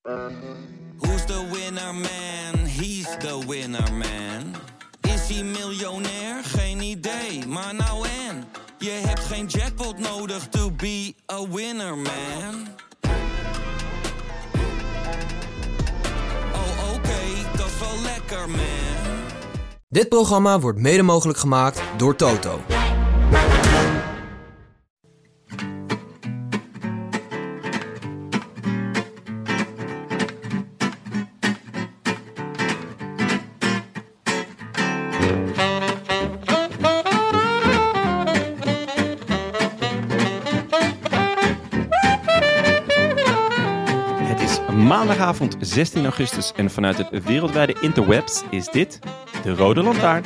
Who's the winner man? He's the winner man. Is hij miljonair? Geen idee, maar nou en. Je hebt geen jackpot nodig to be a winner man. Oh oké, dat is wel lekker man. Dit programma wordt mede mogelijk gemaakt door Toto. Maandagavond 16 augustus en vanuit het wereldwijde interwebs is dit de Rode Lantaarn.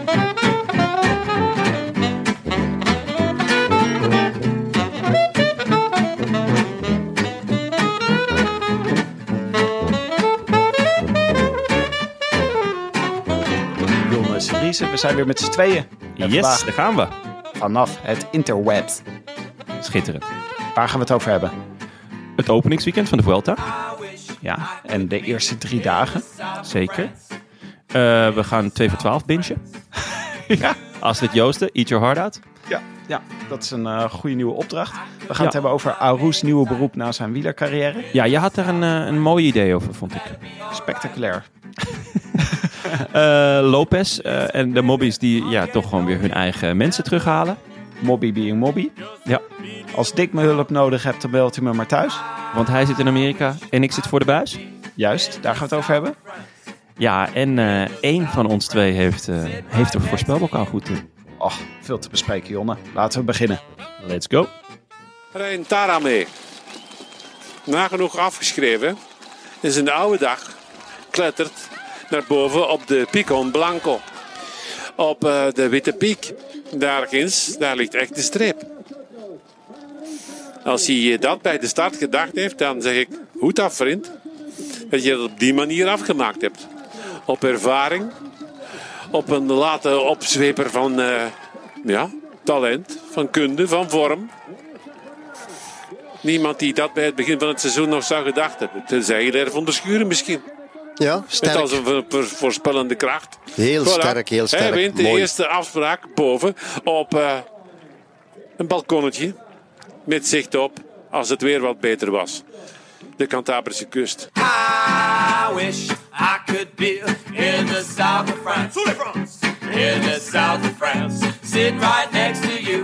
Jongens, Riese, we zijn weer met z'n tweeën. En Yes, daar gaan we. Vanaf het interwebs. Schitterend. Waar gaan we het over hebben? Het openingsweekend van de Vuelta. Ja, en de eerste 3 dagen. Zeker. We gaan 2 voor 12 bingen. Ja. Astrid Joosten, Eat Your Heart Out. Ja, dat is een goede nieuwe opdracht. We gaan het hebben over Aru's nieuwe beroep na zijn wielercarrière. Ja, je had er een mooi idee over, vond ik. Spectaculair. Lopez en de mobbies die toch gewoon weer hun eigen mensen terughalen. Mobby being Mobby. Ja. Als Dick mijn hulp nodig hebt, dan belt u me maar thuis. Want hij zit in Amerika en ik zit voor de buis. Juist, daar gaan we het over hebben. Ja, en één van ons twee heeft er voorspelbokaal goed in. Och, veel te bespreken, Jonne. Laten we beginnen. Let's go. Rijn Tara mee. Nagenoeg afgeschreven. Is in de oude dag. Klettert naar boven op de Picon Blanco. Op de Witte Piek. Daar ligt echt de streep. Als hij dat bij de start gedacht heeft, dan zeg ik, hoed af vriend. Dat je het op die manier afgemaakt hebt. Op ervaring. Op een late opzweper van talent, van kunde, van vorm. Niemand die dat bij het begin van het seizoen nog zou gedacht hebben. Tenzij je er van de Schuren misschien. Ja, sterk. Met als een voorspellende kracht. Heel sterk, heel sterk. Hij wint de Mooi. eerste afspraak boven op een balkonnetje. Met zicht op als het weer wat beter was. De Cantabrische kust. I wish I could be in the south of France. In the south of France. Sitting right next to you.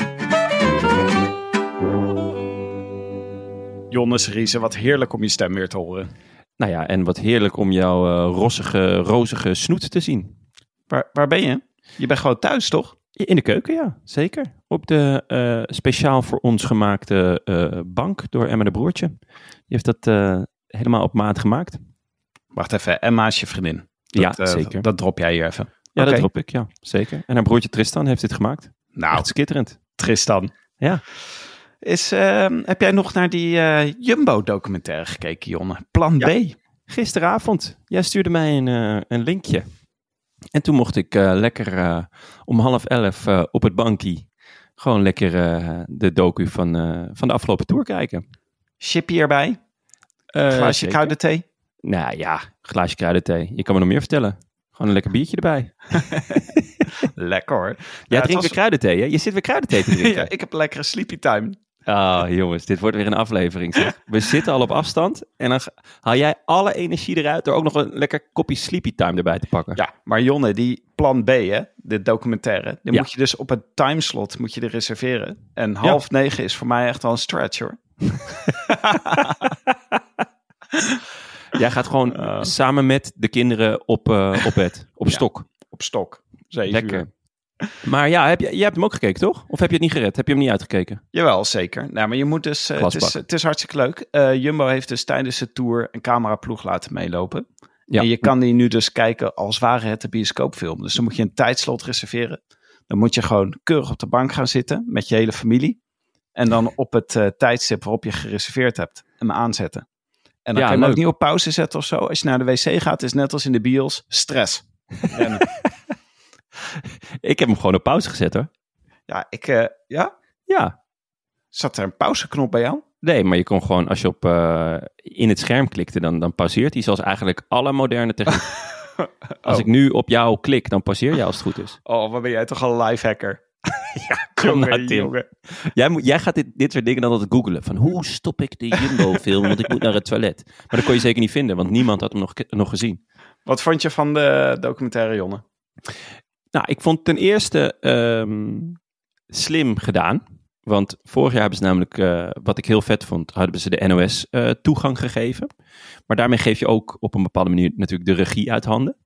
Jonne, Riese, wat heerlijk om je stem weer te horen. Nou ja, en wat heerlijk om jouw rozige snoet te zien. Waar ben je? Je bent gewoon thuis, toch? In de keuken, ja. Zeker. Op de speciaal voor ons gemaakte bank door Emma de Broertje. Die heeft dat helemaal op maat gemaakt. Wacht even, Emma is je vriendin. Zeker. Dat drop jij hier even. Ja, Oké. dat drop ik, ja. Zeker. En haar broertje Tristan heeft dit gemaakt. Nou, Echt skitterend. Tristan. Ja. Heb jij nog naar die Jumbo-documentaire gekeken, Jonne? Plan B. Gisteravond. Jij stuurde mij een linkje. En toen mocht ik lekker om 10:30 op het bankie gewoon lekker de docu van de afgelopen tour kijken. Chippy erbij? Glaasje kruidenthee? Nou ja, glaasje kruidenthee. Je kan me nog meer vertellen. Gewoon een lekker biertje erbij. Lekker hoor. Jij drinkt weer kruidenthee, hè? Je zit weer kruidenthee te drinken. Ja, ik heb een lekkere sleepy time. Ah, jongens, dit wordt weer een aflevering, zeg. We zitten al op afstand en dan haal jij alle energie eruit door ook nog een lekker kopje sleepy time erbij te pakken. Ja, maar Jonne, die plan B, hè, de documentaire, die moet je dus op een timeslot moet je er reserveren. En 8:30 is voor mij echt wel een stretch, hoor. Jij gaat gewoon samen met de kinderen op bed, op stok. Op stok, 7 Lekker. uur. Maar ja, jij hebt hem ook gekeken, toch? Of heb je het niet gered? Heb je hem niet uitgekeken? Jawel, zeker. Nou, maar je moet dus, het is hartstikke leuk. Jumbo heeft dus tijdens de tour een cameraploeg laten meelopen. Ja. En je kan die nu dus kijken als ware het de bioscoopfilm. Dus dan moet je een tijdslot reserveren. Dan moet je gewoon keurig op de bank gaan zitten met je hele familie. En dan op het tijdstip waarop je gereserveerd hebt, hem aanzetten. En dan kan je hem ook niet op pauze zetten of zo. Als je naar de wc gaat, is net als in de bios, stress. Ik heb hem gewoon op pauze gezet, hoor. Ja, Ja. Zat er een pauzeknop bij jou? Nee, maar je kon gewoon, als je op in het scherm klikte, dan pauzeert hij, zoals eigenlijk alle moderne techniek. Als ik nu op jou klik, dan pauzeer je als het goed is. Oh, wat ben jij toch al een lifehacker? Ja, kom nou, Tim. Jij gaat dit soort dingen dan altijd googlen. Van hoe stop ik de Jumbo-film, want ik moet naar het toilet. Maar dat kon je zeker niet vinden, want niemand had hem nog gezien. Wat vond je van de documentaire, Jonne? Nou, ik vond ten eerste slim gedaan. Want vorig jaar hebben ze namelijk, wat ik heel vet vond, hadden ze de NOS toegang gegeven. Maar daarmee geef je ook op een bepaalde manier natuurlijk de regie uit handen.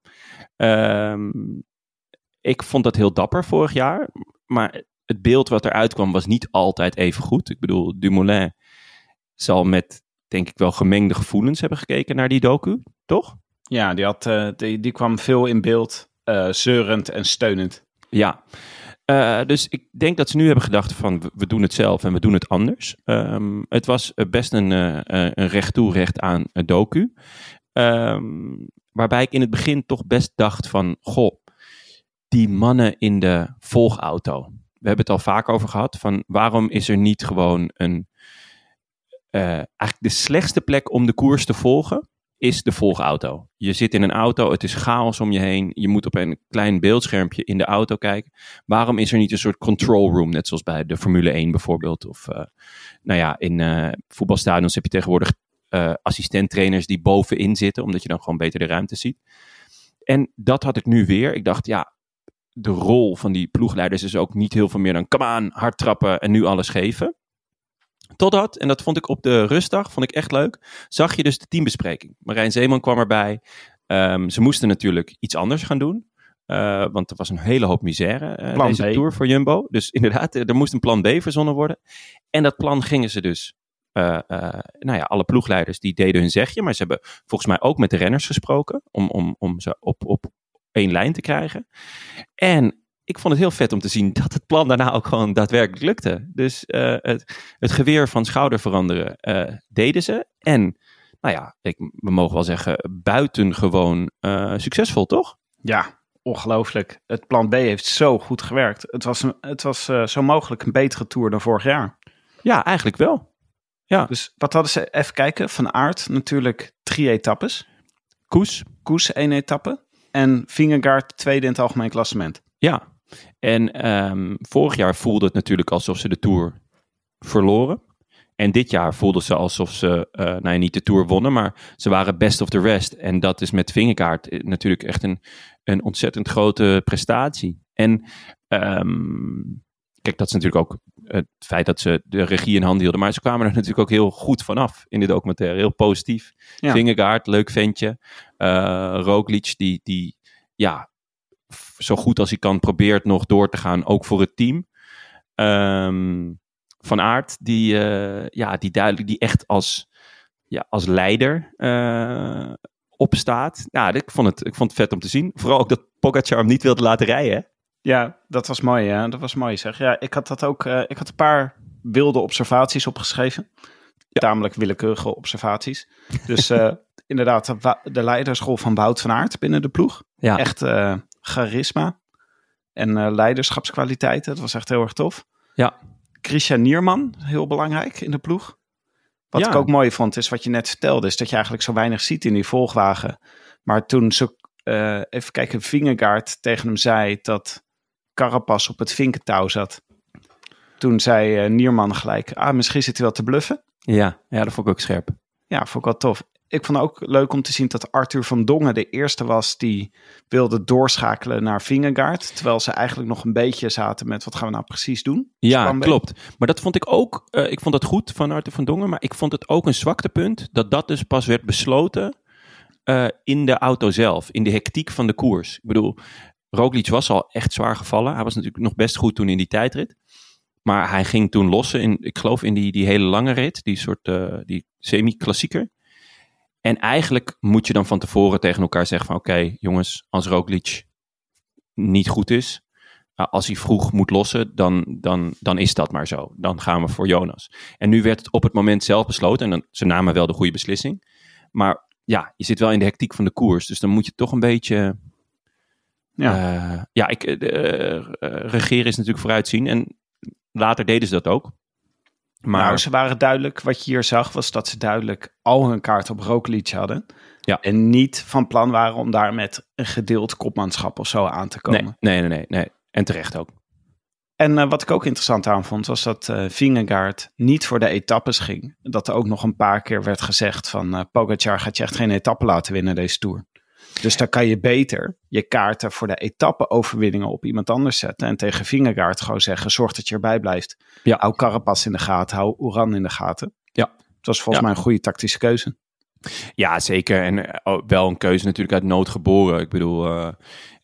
Ik vond dat heel dapper vorig jaar. Maar het beeld wat eruit kwam was niet altijd even goed. Ik bedoel, Dumoulin zal met, denk ik wel, gemengde gevoelens hebben gekeken naar die docu, toch? Ja, die kwam veel in beeld, zeurend en steunend. Ja, dus ik denk dat ze nu hebben gedacht van we doen het zelf en we doen het anders. Het was best een recht toe recht aan docu. Waarbij ik in het begin toch best dacht van, goh, die mannen in de volgauto. We hebben het al vaak over gehad van waarom is er niet gewoon eigenlijk de slechtste plek om de koers te volgen is de volgauto. Je zit in een auto, het is chaos om je heen. Je moet op een klein beeldschermpje in de auto kijken. Waarom is er niet een soort control room, net zoals bij de Formule 1 bijvoorbeeld? Of in voetbalstadions heb je tegenwoordig assistenttrainers die bovenin zitten, omdat je dan gewoon beter de ruimte ziet. En dat had ik nu weer. Ik dacht, ja, de rol van die ploegleiders is ook niet heel veel meer dan come aan, hard trappen en nu alles geven. Totdat, en dat vond ik op de rustdag, vond ik echt leuk, zag je dus de teambespreking. Marijn Zeeman kwam erbij. Ze moesten natuurlijk iets anders gaan doen. Want er was een hele hoop misère deze Tour voor Jumbo. Dus inderdaad, er moest een plan B verzonnen worden. En dat plan gingen ze dus, alle ploegleiders die deden hun zegje. Maar ze hebben volgens mij ook met de renners gesproken om ze op één lijn te krijgen. En ik vond het heel vet om te zien dat het plan daarna ook gewoon daadwerkelijk lukte. Dus het geweer van schouder veranderen deden ze. En we mogen wel zeggen, buitengewoon succesvol, toch? Ja, ongelooflijk. Het plan B heeft zo goed gewerkt. Het was zo mogelijk een betere Tour dan vorig jaar. Ja, eigenlijk wel. Ja. Dus wat hadden ze? Even kijken. Van Aert natuurlijk 3 etappes. Koes 1 etappe. En Vingegaard tweede in het algemeen klassement. Ja, en vorig jaar voelde het natuurlijk alsof ze de Tour verloren. En dit jaar voelde ze alsof ze niet de Tour wonnen, maar ze waren best of the rest. En dat is met Vingegaard natuurlijk echt een ontzettend grote prestatie. En kijk, dat is natuurlijk ook het feit dat ze de regie in handen hielden. Maar ze kwamen er natuurlijk ook heel goed vanaf in de documentaire. Heel positief. Ja. Vingegaard, leuk ventje. Roglic, die zo goed als hij kan probeert nog door te gaan, ook voor het team. Van Aert, die duidelijk, die echt als leider opstaat. Ja, ik vond het vet om te zien. Vooral ook dat Pogačar hem niet wilde laten rijden, hè? Ja, dat was mooi, hè? Dat was mooi, zeg. Ja, ik had dat ook. Ik had een paar wilde observaties opgeschreven. Ja. Tamelijk willekeurige observaties. Dus inderdaad, de leidersrol van Wout van Aert binnen de ploeg. Ja. Echt charisma en leiderschapskwaliteiten. Dat was echt heel erg tof. Ja. Christian Nierman, heel belangrijk in de ploeg. Wat ik ook mooi vond, is wat je net vertelde, is dat je eigenlijk zo weinig ziet in die volgwagen. Maar toen even kijken, Vingegaard tegen hem zei dat Carapaz op het vinkentouw zat. Toen zei Nierman gelijk, misschien zit hij wel te bluffen. Ja, dat vond ik ook scherp. Ja, vond ik wel tof. Ik vond ook leuk om te zien dat Arthur van Dongen de eerste was die wilde doorschakelen naar Vingegaard. Terwijl ze eigenlijk nog een beetje zaten met wat gaan we nou precies doen. Ja, klopt. Maar dat vond ik ook, ik vond dat goed van Arthur van Dongen. Maar ik vond het ook een zwaktepunt dat dus pas werd besloten in de auto zelf. In de hectiek van de koers. Ik bedoel, Roglic was al echt zwaar gevallen. Hij was natuurlijk nog best goed toen in die tijdrit. Maar hij ging toen lossen ik geloof in die hele lange rit. Die soort, die semi-klassieker. En eigenlijk moet je dan van tevoren tegen elkaar zeggen van oké, jongens, als Roglic niet goed is, als hij vroeg moet lossen, dan is dat maar zo. Dan gaan we voor Jonas. En nu werd het op het moment zelf besloten en ze namen wel de goede beslissing. Maar ja, je zit wel in de hectiek van de koers, dus dan moet je toch een beetje regeren is natuurlijk vooruitzien. En later deden ze dat ook. Maar nou, ze waren duidelijk, wat je hier zag, was dat ze duidelijk al hun kaart op Roglic hadden. Ja. En niet van plan waren om daar met een gedeeld kopmanschap of zo aan te komen. Nee. En terecht ook. En wat ik ook interessant aan vond, was dat Vingegaard niet voor de etappes ging. Dat er ook nog een paar keer werd gezegd van Pogacar gaat je echt geen etappe laten winnen deze Tour. Dus dan kan je beter je kaarten voor de etappe-overwinningen op iemand anders zetten. En tegen Vingegaard gewoon zeggen, zorg dat je erbij blijft. Ja. Hou Carapaz in de gaten, hou Uran in de gaten. Ja. Het was volgens mij een goede tactische keuze. Ja, zeker. En wel een keuze natuurlijk uit nood geboren. Ik bedoel,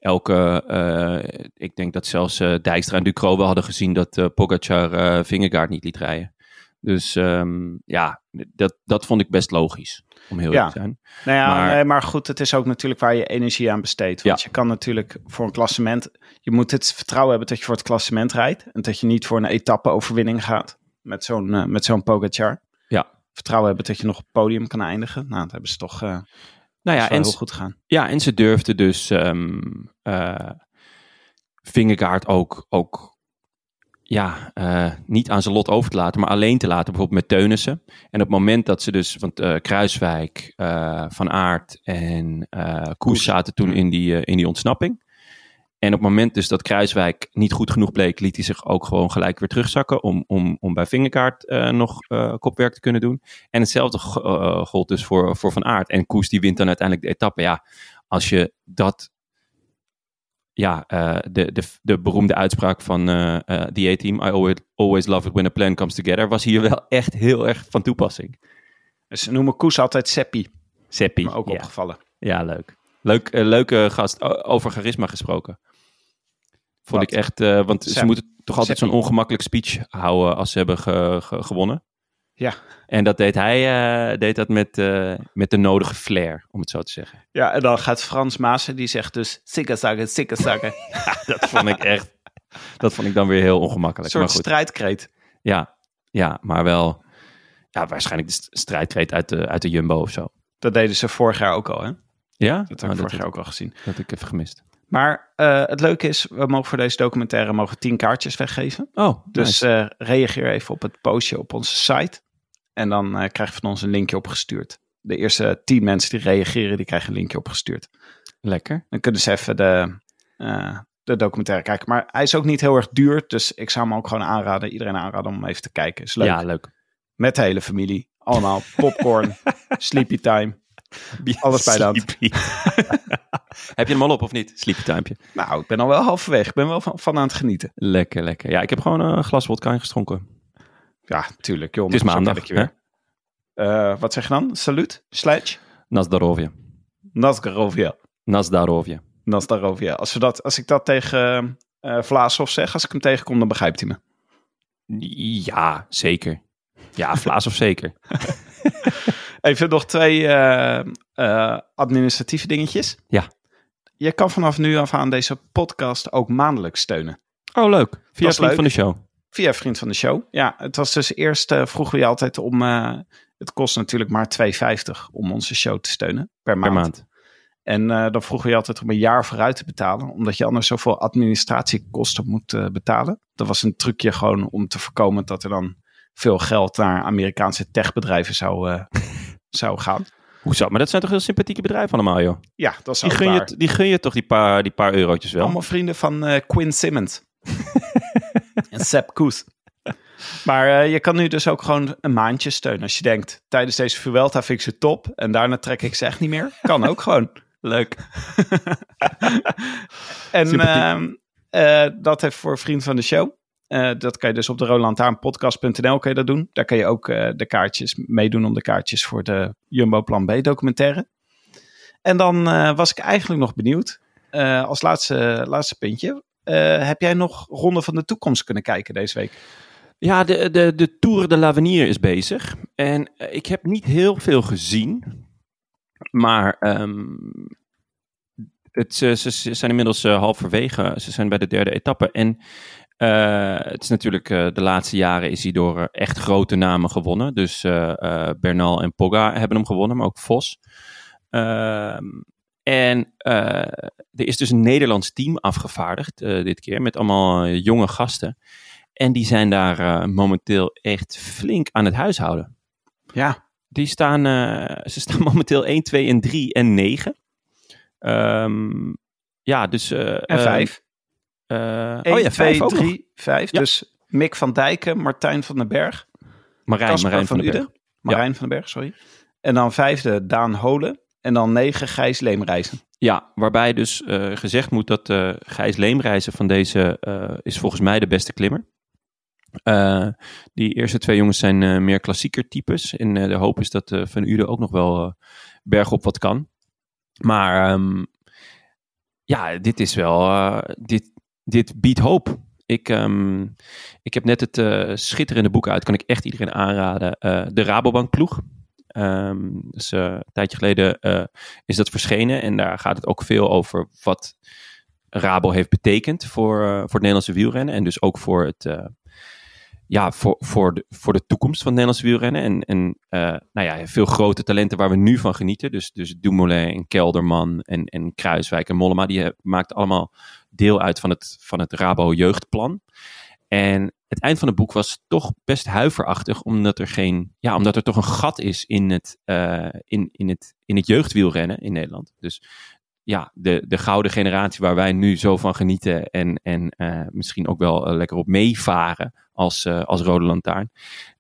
ik denk dat zelfs Dijkstra en Ducrot wel hadden gezien dat Pogacar Vingegaard niet liet rijden. Dus dat vond ik best logisch, om heel eerlijk te zijn. Nou ja, maar goed, het is ook natuurlijk waar je energie aan besteedt. Want je kan natuurlijk voor een klassement, je moet het vertrouwen hebben dat je voor het klassement rijdt. En dat je niet voor een etappe-overwinning gaat met zo'n Pogacar. Ja. Vertrouwen hebben dat je nog op het podium kan eindigen. Nou, dat hebben ze toch heel goed gedaan. Ja, en ze durfden dus Vingegaard ook niet aan zijn lot over te laten, maar alleen te laten, bijvoorbeeld met Teunissen. En op het moment dat ze dus, want Kruiswijk, Van Aert en Koes zaten toen in die ontsnapping. En op het moment dus dat Kruiswijk niet goed genoeg bleek, liet hij zich ook gewoon gelijk weer terugzakken om bij Vingegaard nog kopwerk te kunnen doen. En hetzelfde gold dus voor Van Aert. En Koes die wint dan uiteindelijk de etappe. Ja, als je dat... Ja, de beroemde uitspraak van The A-Team, I always love it when a plan comes together, was hier wel echt heel erg van toepassing. Dus ze noemen Koes altijd Seppi. Seppi, maar ook opgevallen. Ja, leuk. Leuke gast. Over charisma gesproken. Vond ik echt, want ze moeten toch altijd zo'n ongemakkelijk speech houden als ze hebben gewonnen. Ja. En dat deed hij met de nodige flair, om het zo te zeggen. Ja, en dan gaat Frans Maassen, die zegt dus sikkezakken. Dat vond ik dan weer heel ongemakkelijk. Een soort strijdkreet. Ja, maar wel, waarschijnlijk de strijdkreet uit de Jumbo of zo. Dat deden ze vorig jaar ook al, hè? Ja? Dat heb ik vorig jaar ook al gezien. Dat heb ik even gemist. Maar het leuke is, we mogen voor deze documentaire 10 kaartjes weggeven. Oh, dus nice. Reageer even op het postje op onze site. En dan krijg je van ons een linkje opgestuurd. De eerste 10 mensen die reageren, die krijgen een linkje opgestuurd. Lekker. Dan kunnen ze even de documentaire kijken. Maar hij is ook niet heel erg duur, dus ik zou hem ook gewoon iedereen aanraden om even te kijken. Is leuk. Ja, leuk. Met de hele familie. Allemaal popcorn, sleepy time. Alles bij de hand. Heb je hem al op of niet? Sleepy timepje. Nou, ik ben al wel halverwege. Ik ben wel van aan het genieten. Lekker. Ja, ik heb gewoon een glas wodka ingeschonken. Ja, tuurlijk. Joh, het is maandag. Wat zeg je dan? Salut? Sledge? Nazdarovje. Als ik dat tegen Vlaashoff zeg, als ik hem tegenkom, dan begrijpt hij me. Ja, zeker. Ja, Vlaashoff zeker. Even nog 2 administratieve dingetjes. Ja. Je kan vanaf nu af aan deze podcast ook maandelijks steunen. Oh, leuk. Via Vriend van de Show. Via Vriend van de Show. Ja, het was dus eerst, vroegen we je altijd om... het kost natuurlijk maar €2,50 om onze show te steunen per maand. En dan vroegen we je altijd om een jaar vooruit te betalen. Omdat je anders zoveel administratiekosten moet betalen. Dat was een trucje gewoon om te voorkomen dat er dan veel geld naar Amerikaanse techbedrijven zou gaan. Hoezo? Maar dat zijn toch heel sympathieke bedrijven allemaal, joh? Ja, dat is ook waar. Die gun je toch die paar eurotjes wel? Allemaal vrienden van Quinn Simmons. En Sepp Koes. Maar je kan nu dus ook gewoon een maandje steunen. Als je denkt, tijdens deze Vuelta vind ik ze top. En daarna trek ik ze echt niet meer. Kan ook gewoon. Leuk. En dat heeft voor Vriend van de Show. Dat kan je dus op de roodlantaarnpodcast.nl kan je dat doen. Daar kan je ook de kaartjes meedoen om de kaartjes voor de Jumbo Plan B documentaire. En dan was ik eigenlijk nog benieuwd. Als laatste puntje. Heb jij nog Ronde van de Toekomst kunnen kijken deze week? Ja, de Tour de l'Avenir is bezig. En ik heb niet heel veel gezien. Maar ze zijn inmiddels halverwege. Ze zijn bij de 3e etappe. En het is natuurlijk de laatste jaren is hij door echt grote namen gewonnen. Dus Bernal en Pogga hebben hem gewonnen, maar ook Vos. En er is dus een Nederlands team afgevaardigd dit keer met allemaal jonge gasten. En die zijn daar momenteel echt flink aan het huishouden. Ja. Ze staan momenteel 1, 2 en 3 en 9. Dus... en 5. 1, 2, 3, 5. Ja. Dus Mick van Dijken, Martijn van den Berg. Marijn van den Berg. Marijn van den Berg, sorry. En dan 5e Daan Holen. En dan 9 Gijs Leemreizen. Ja, waarbij dus gezegd moet dat Gijs Leemreizen van deze is volgens mij de beste klimmer. Die eerste 2 jongens zijn meer klassieker types. En de hoop is dat Van Uden ook nog wel bergop wat kan. Maar dit is wel... Dit biedt hoop. Ik heb net het schitterende boek uit. Kan ik echt iedereen aanraden. De Rabobank ploeg. Dus een tijdje geleden is dat verschenen. En daar gaat het ook veel over wat Rabo heeft betekend voor het Nederlandse wielrennen. En dus ook voor het... voor de toekomst van het Nederlandse wielrennen. En veel grote talenten waar we nu van genieten. Dus Dumoulin en Kelderman en Kruiswijk en Mollema. Die maakten allemaal deel uit van het Rabo jeugdplan. En het eind van het boek was toch best huiverachtig. Omdat er toch een gat is in het jeugdwielrennen in Nederland. Dus ja, de gouden generatie waar wij nu zo van genieten. En misschien ook wel lekker op meevaren als Rode Lantaarn.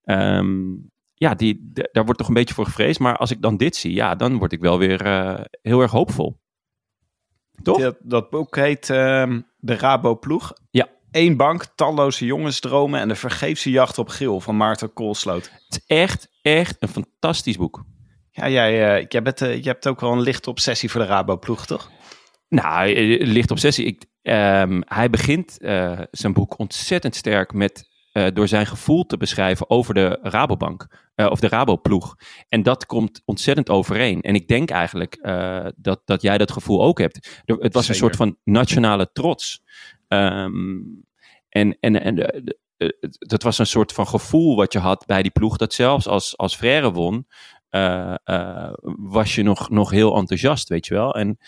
Daar wordt toch een beetje voor gevreesd. Maar als ik dan dit zie, dan word ik wel weer heel erg hoopvol. Toch? Dat boek heet De Rabo Ploeg. Ja. 1 bank, talloze jongensdromen en de vergeefse jacht op Geel van Maarten Koolsloot. Het is echt een fantastisch boek. Ja, jij hebt ook wel een lichte obsessie voor de Rabo Ploeg, toch? Nou, lichte obsessie. Hij begint zijn boek ontzettend sterk met door zijn gevoel te beschrijven over de Rabobank. Of de Rabo-ploeg. En dat komt ontzettend overeen. En ik denk eigenlijk dat jij dat gevoel ook hebt. Het was Zeker. Een soort van nationale trots. Dat was een soort van gevoel wat je had bij die ploeg. Dat zelfs als Frère won, was je nog heel enthousiast, weet je wel. En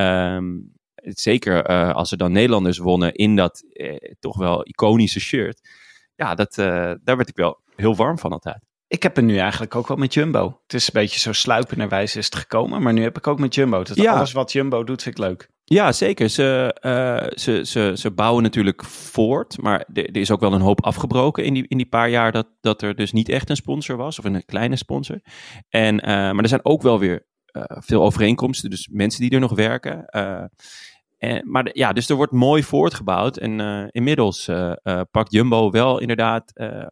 zeker als er dan Nederlanders wonnen in dat toch wel iconische shirt. Ja, daar werd ik wel heel warm van altijd. Ik heb er nu eigenlijk ook wel met Jumbo. Het is een beetje zo sluipenderwijs is het gekomen. Maar nu heb ik ook met Jumbo. Alles wat Jumbo doet vind ik leuk. Ja, zeker. Ze bouwen natuurlijk voort. Maar er is ook wel een hoop afgebroken in die paar jaar dat er dus niet echt een sponsor was. Of een kleine sponsor. Maar er zijn ook wel weer veel overeenkomsten. Dus mensen die er nog werken. Dus er wordt mooi voortgebouwd. En inmiddels pakt Jumbo wel inderdaad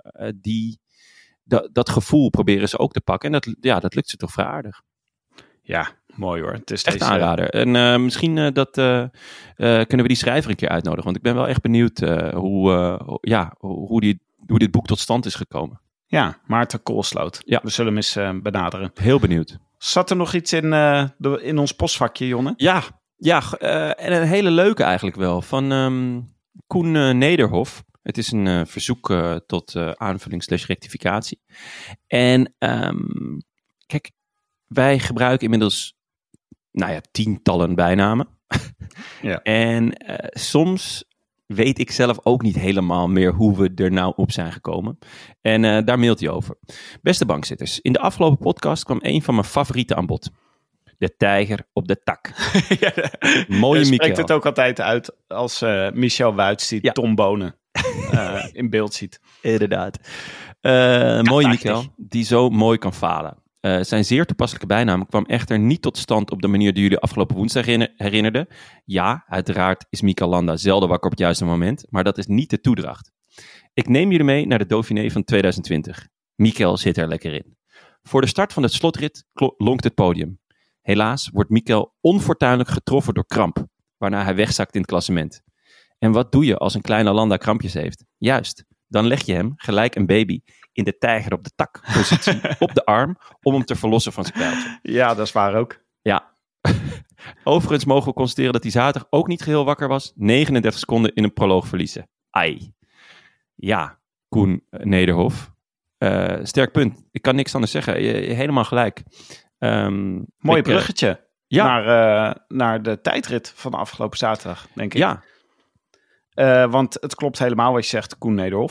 dat gevoel proberen ze ook te pakken. En dat lukt ze toch vrij aardig. Ja, mooi hoor. Het is echt aanrader. En misschien kunnen we die schrijver een keer uitnodigen. Want ik ben wel echt benieuwd hoe dit boek tot stand is gekomen. Ja, Maarten Koolsloot. Ja. We zullen hem eens benaderen. Heel benieuwd. Zat er nog iets in ons postvakje, Jonne? Ja, en een hele leuke eigenlijk wel. Van Koen Nederhof. Het is een verzoek tot aanvulling/rectificatie. En kijk, wij gebruiken inmiddels tientallen bijnamen. Ja. En soms weet ik zelf ook niet helemaal meer hoe we er nou op zijn gekomen. En daar mailt hij over. Beste bankzitters, in de afgelopen podcast kwam een van mijn favorieten aan bod. De tijger op de tak. Mooie Michael. Spreekt het ook altijd uit als Michel Wuits die Tom Bonen in beeld ziet. Inderdaad. Mooie Michael, die zo mooi kan falen. Zijn zeer toepasselijke bijnaam kwam echter niet tot stand op de manier die jullie afgelopen woensdag herinnerden. Ja, uiteraard is Mikel Landa zelden wakker op het juiste moment, maar dat is niet de toedracht. Ik neem jullie mee naar de Dauphiné van 2020. Mikel zit er lekker in. Voor de start van de slotrit lonkt het podium. Helaas wordt Mikel onfortuinlijk getroffen door kramp, waarna hij wegzakt in het klassement. En wat doe je als een kleine Landa krampjes heeft? Juist, dan leg je hem, gelijk een baby, in de tijger op de tak positie op de arm om hem te verlossen van zijn pijltje. Ja, dat is waar ook. Ja. Overigens mogen we constateren dat hij zaterdag ook niet geheel wakker was. 39 seconden in een proloog verliezen. Ai. Ja, Koen Nederhof. Sterk punt. Ik kan niks anders zeggen. Helemaal gelijk. Mooi bruggetje naar de tijdrit van de afgelopen zaterdag, denk ik. Ja. Want het klopt helemaal wat je zegt, Koen Nederhof.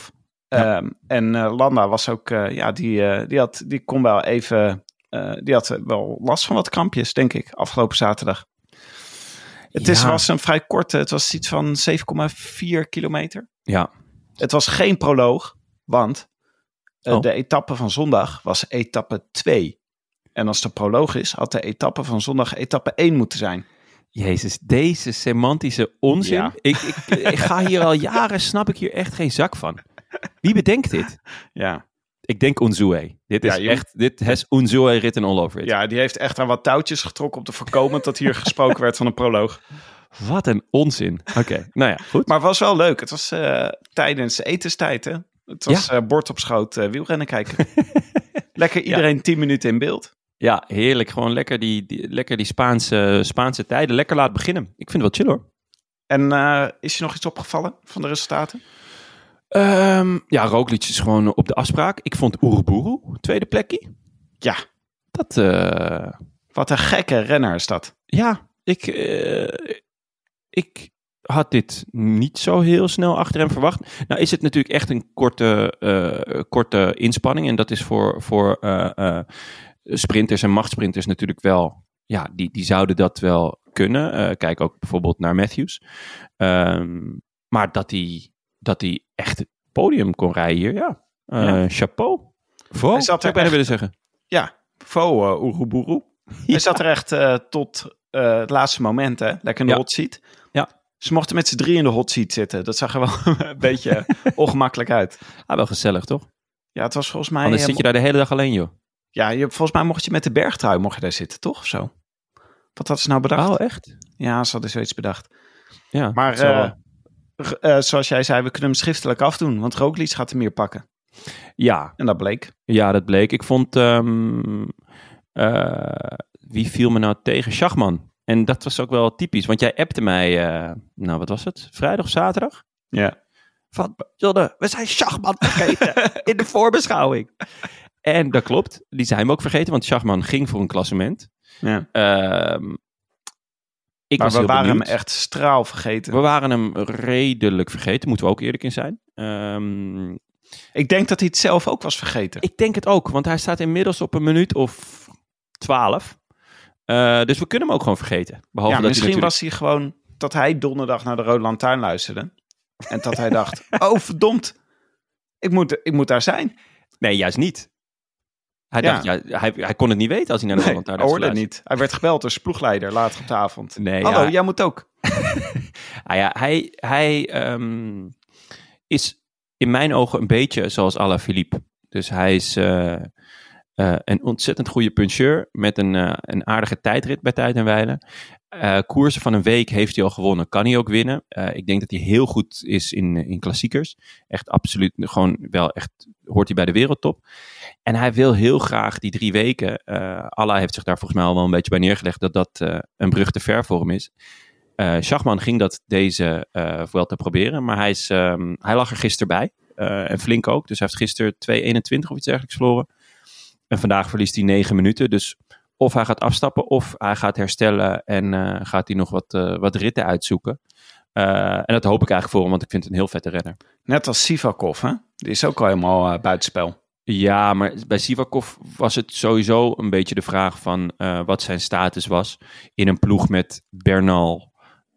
En Landa was ook, die kon wel even, die had wel last van wat krampjes, denk ik, afgelopen zaterdag. Was een vrij korte, het was iets van 7,4 kilometer. Ja. Het was geen proloog, want de etappe van zondag was etappe 2. En als de proloog is, had de etappe van zondag etappe 1 moeten zijn. Jezus, deze semantische onzin. Ja. Ik ga hier al jaren, snap ik hier echt geen zak van. Wie bedenkt dit? Ja. Ik denk Unzue. Dit has Unzue written all over it. Ja, die heeft echt aan wat touwtjes getrokken om te voorkomen dat hier gesproken werd van een proloog. Wat een onzin. Oké, nou ja, goed. Maar het was wel leuk. Het was tijdens etenstijd, hè? Het was bord op schoot wielrennen kijken. Lekker iedereen 10 minuten in beeld. Ja, heerlijk. Gewoon lekker die Spaanse tijden. Lekker laat beginnen. Ik vind het wel chill, hoor. En is je nog iets opgevallen van de resultaten? Roglic is gewoon op de afspraak. Ik vond Uruburu tweede plekje. Ja. Dat... Wat een gekke renner is dat. Ja, ik had dit niet zo heel snel achter hem verwacht. Nou is het natuurlijk echt een korte inspanning. En dat is voor sprinters en machtsprinters natuurlijk wel... Ja, die zouden dat wel kunnen. Kijk ook bijvoorbeeld naar Matthews. Maar dat hij echt het podium kon rijden hier, ja. Chapeau. Hij zou ik bijna willen zeggen. Ja, Uruburu. Hij zat er echt tot het laatste moment, hè. Lekker in de hot seat. Ja. Ze mochten met z'n 3 in de hot seat zitten. Dat zag er wel een beetje ongemakkelijk uit. Wel gezellig, toch? Ja, het was volgens mij... Anders zit je daar de hele dag alleen, joh. Ja, volgens mij mocht je met de bergtrui mocht je daar zitten, toch? Of zo? Wat hadden ze nou bedacht? Oh, echt? Ja, ze hadden zoiets bedacht. Ja, maar zoals jij zei, we kunnen hem schriftelijk afdoen. Want Roglic gaat hem meer pakken. Ja. En dat bleek. Ja, dat bleek. Ik vond... wie viel me nou tegen? Schachman. En dat was ook wel typisch. Want jij appte mij... wat was het? Vrijdag of zaterdag? Ja. Van, Jonne, we zijn Schachman vergeten in de voorbeschouwing. En dat klopt. Die zijn we ook vergeten. Want Schachman ging voor een klassement. Ja. Maar we waren hem echt straal vergeten. We waren hem redelijk vergeten. Moeten we ook eerlijk in zijn. Ik denk dat hij het zelf ook was vergeten. Ik denk het ook. Want hij staat inmiddels op 1 minuut of 12. Dus we kunnen hem ook gewoon vergeten. Behalve dat misschien was hij gewoon... dat hij donderdag naar de Rode Lantaarn luisterde. En dat hij dacht... oh, verdomd. Ik moet daar zijn. Nee, juist niet. Hij dacht, hij kon het niet weten als hij naar de Rode Lantaarn luisterde. Hij hoorde niet. Hij werd gebeld door ploegleider later op de avond. Nee, hallo, jij moet ook. Hij is in mijn ogen een beetje zoals Alaphilippe. Dus hij is een ontzettend goede puncheur met een aardige tijdrit bij Tijd en Wijle. Koersen van een week heeft hij al gewonnen, kan hij ook winnen. Ik denk dat hij heel goed is in klassiekers. Echt absoluut, gewoon wel echt, hoort hij bij de wereldtop. En hij wil heel graag die 3 weken, Allah heeft zich daar volgens mij al wel een beetje bij neergelegd, dat een brug te ver voor hem is. Schachman ging dat deze Vuelta proberen, maar hij lag er gisteren bij. En flink ook, dus hij heeft gisteren 2:21 of iets dergelijks verloren. En vandaag verliest hij 9 minuten, dus of hij gaat afstappen of hij gaat herstellen en gaat hij nog wat ritten uitzoeken. En dat hoop ik eigenlijk voor hem, want ik vind het een heel vette renner. Net als Sivakov, hè? Die is ook al helemaal buitenspel. Ja, maar bij Sivakov was het sowieso een beetje de vraag van wat zijn status was in een ploeg met Bernal,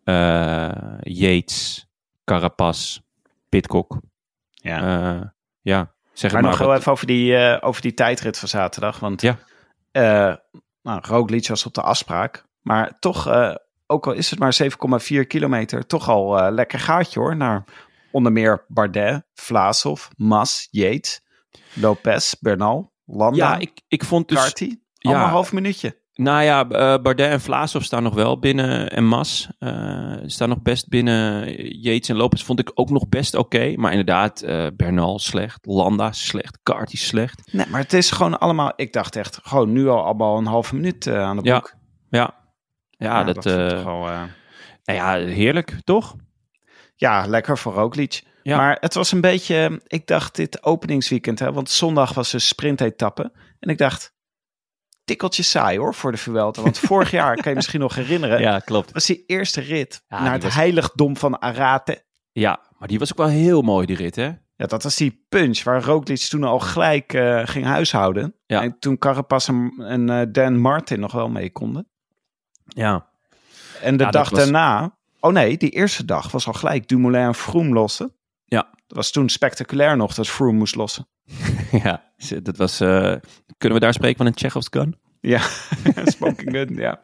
Yates, Carapaz, Pidcock. Ja. Zeg maar nog heel even over die tijdrit van zaterdag. Want Roglic was op de afspraak. Maar toch, ook al is het maar 7,4 kilometer, toch al lekker gaatje hoor. Naar onder meer Bardet, Vlasov, Mas, Yates, Lopez, Bernal, Landa. Ja, ik vond dus... Carty, allemaal een half minuutje. Nou ja, Bardet en Vlasov staan nog wel binnen en Mas staan nog best binnen. Yates en Lopez vond ik ook nog best oké. Maar inderdaad, Bernal slecht, Landa slecht, Carty slecht. Nee, maar het is gewoon allemaal... Ik dacht echt, gewoon nu al allemaal een halve minuut aan de boek. Ja, dat nou ja, heerlijk, toch? Ja, lekker voor Roglic. Ja. Maar het was een beetje... Ik dacht dit openingsweekend, hè, want zondag was een sprintetappe. En ik dacht... tikkeltje saai hoor, voor de Vuelta. Want vorig jaar, kan je misschien nog herinneren... Ja, klopt. Was die eerste rit naar het heiligdom van Arate. Ja, maar die was ook wel heel mooi, die rit, hè? Ja, dat was die punch waar Roglic toen al gelijk ging huishouden. Ja. En toen Carapaz en Dan Martin nog wel mee konden. Ja. En de dag daarna... Oh nee, die eerste dag was al gelijk Dumoulin en Froome lossen. Ja. Dat was toen spectaculair nog dat Froome moest lossen. Ja, dat was... kunnen we daar spreken van een Chekhov's gun? Ja, smoking gun, ja.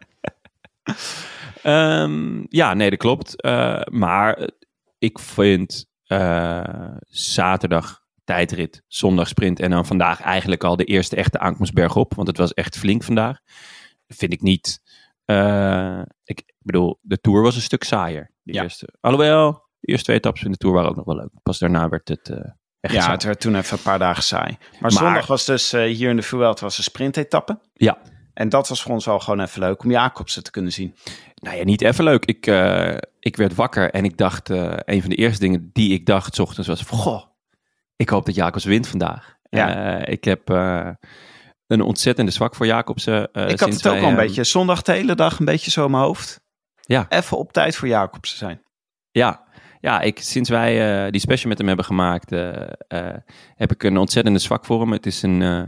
Ja, nee, dat klopt. Maar ik vind zaterdag tijdrit, zondag sprint en dan vandaag eigenlijk al de eerste echte aankomst bergop. Want het was echt flink vandaag. Vind ik niet... ik bedoel, de Tour was een stuk saaier. Eerste. Alhoewel, de eerste 2 etappes in de Tour waren ook nog wel leuk. Pas daarna werd het echt saai. Het werd toen even een paar dagen saai. Maar zondag was dus hier in de Vuelta was een sprintetappe. Ja. En dat was voor ons wel gewoon even leuk om Jacobsen te kunnen zien. Nou ja, niet even leuk. Ik werd wakker en ik dacht, een van de eerste dingen die ik dacht 's ochtends was, goh, ik hoop dat Jacobs wint vandaag. Ja. Ik heb een ontzettende zwak voor Jacobsen. Ik had het ook al een beetje. Zondag de hele dag een beetje zo in mijn hoofd. Ja. Even op tijd voor Jacobsen zijn. Ja, sinds wij die special met hem hebben gemaakt, heb ik een ontzettende zwak voor hem. Het is een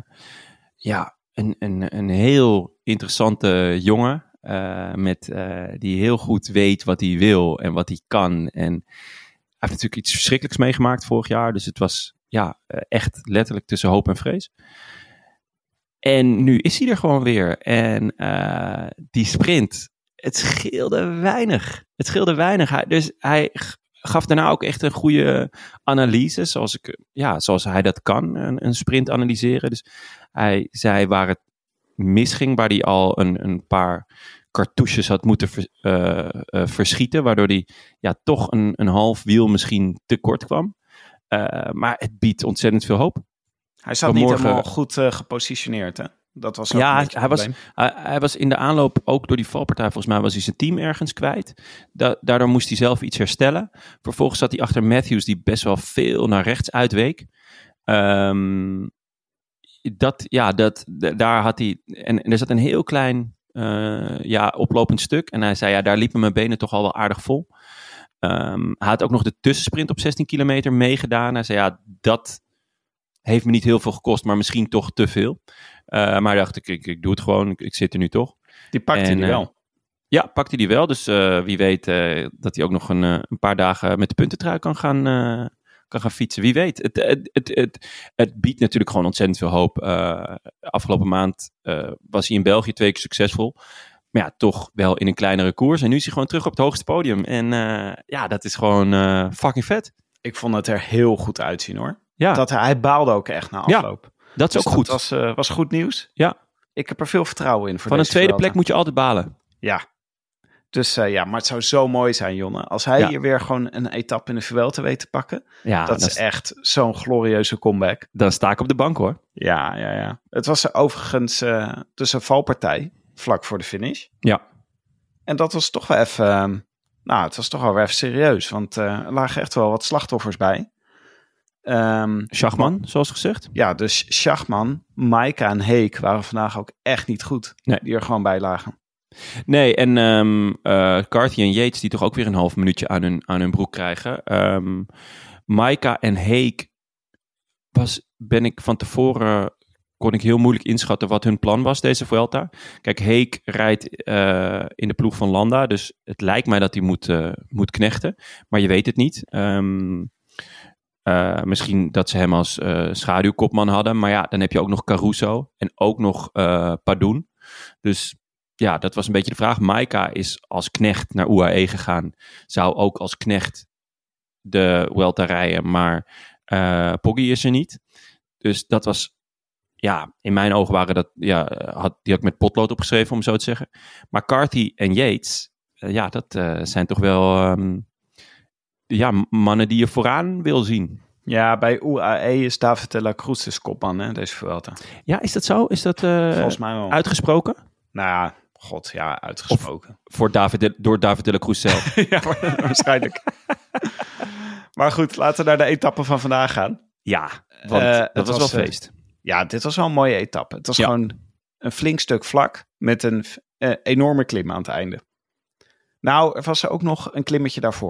heel interessante jongen. Die heel goed weet wat hij wil en wat hij kan. En hij heeft natuurlijk iets verschrikkelijks meegemaakt vorig jaar. Dus het was echt letterlijk tussen hoop en vrees. En nu is hij er gewoon weer. En die sprint, het scheelde weinig. Dus hij gaf daarna ook echt een goede analyse. Zoals hij dat kan, een sprint analyseren. Dus hij zei waar het misging, waar hij al een paar cartouches had moeten verschieten. Waardoor hij toch een half wiel misschien tekort kwam. Maar het biedt ontzettend veel hoop. Hij zat niet helemaal goed gepositioneerd, hè? Dat was ook een beetje het probleem. Hij was in de aanloop, ook door die valpartij, volgens mij was hij zijn team ergens kwijt. Daardoor moest hij zelf iets herstellen. Vervolgens zat hij achter Matthews, die best wel veel naar rechts uitweek. Daar had hij... En er zat een heel klein oplopend stuk. En hij zei, daar liepen mijn benen toch al wel aardig vol. Hij had ook nog de tussensprint op 16 kilometer meegedaan. Hij zei, dat heeft me niet heel veel gekost, maar misschien toch te veel. Maar dacht ik doe het gewoon. Ik zit er nu toch. Die pakte hij wel. Ja, pakte hij die wel. Dus wie weet dat hij ook nog een paar dagen met de puntentrui kan gaan fietsen. Wie weet. Het biedt natuurlijk gewoon ontzettend veel hoop. Afgelopen maand was hij in België 2 keer succesvol. Maar toch wel in een kleinere koers. En nu is hij gewoon terug op het hoogste podium. En dat is gewoon fucking vet. Ik vond het er heel goed uitzien, hoor. Ja. Hij baalde ook echt na afloop. Ja, dat is ook goed. Dat was goed nieuws. Ja. Ik heb er veel vertrouwen in. Van een tweede plek moet je altijd balen. Ja. Dus maar het zou zo mooi zijn, Jonne. Als hij hier weer gewoon een etappe in de Vuelta weet te pakken. Ja, dat is echt zo'n glorieuze comeback. Dan sta ik op de bank, hoor. Ja. Het was overigens dus een valpartij vlak voor de finish. Ja. En dat was toch wel even... het was toch wel weer even serieus. Want er lagen echt wel wat slachtoffers bij. Schachman, zoals gezegd. Ja, dus Schachman, Maika en Heek waren vandaag ook echt niet goed. Nee. Die er gewoon bij lagen. Nee, en Carthy en Yates die toch ook weer een half minuutje aan hun broek krijgen. Maika en Heek ben ik van tevoren... kon ik heel moeilijk inschatten wat hun plan was, deze Vuelta. Kijk, Heek rijdt in de ploeg van Landa, dus het lijkt mij dat hij moet knechten. Maar je weet het niet. Misschien dat ze hem als schaduwkopman hadden. Maar dan heb je ook nog Caruso en ook nog Padun. Dus dat was een beetje de vraag. Maika is als knecht naar UAE gegaan. Zou ook als knecht de Vuelta rijden, maar Poggi is er niet. Dus dat was... in mijn ogen waren dat... die had ik met potlood opgeschreven, om zo te zeggen. Maar Carthy en Yates... dat zijn toch wel... mannen die je vooraan wil zien. Ja, bij UAE is David de la Cruz de kopman, hè, deze Vuelta. Ja, is dat zo? Is dat volgens mij wel uitgesproken? Nou, uitgesproken. Of door David de la Cruz zelf? Ja, waarschijnlijk. Maar goed, laten we naar de etappe van vandaag gaan. Ja, want dat was wel feest. Dit was wel een mooie etappe. Het was gewoon een flink stuk vlak met een enorme klim aan het einde. Nou, er was er ook nog een klimmetje daarvoor.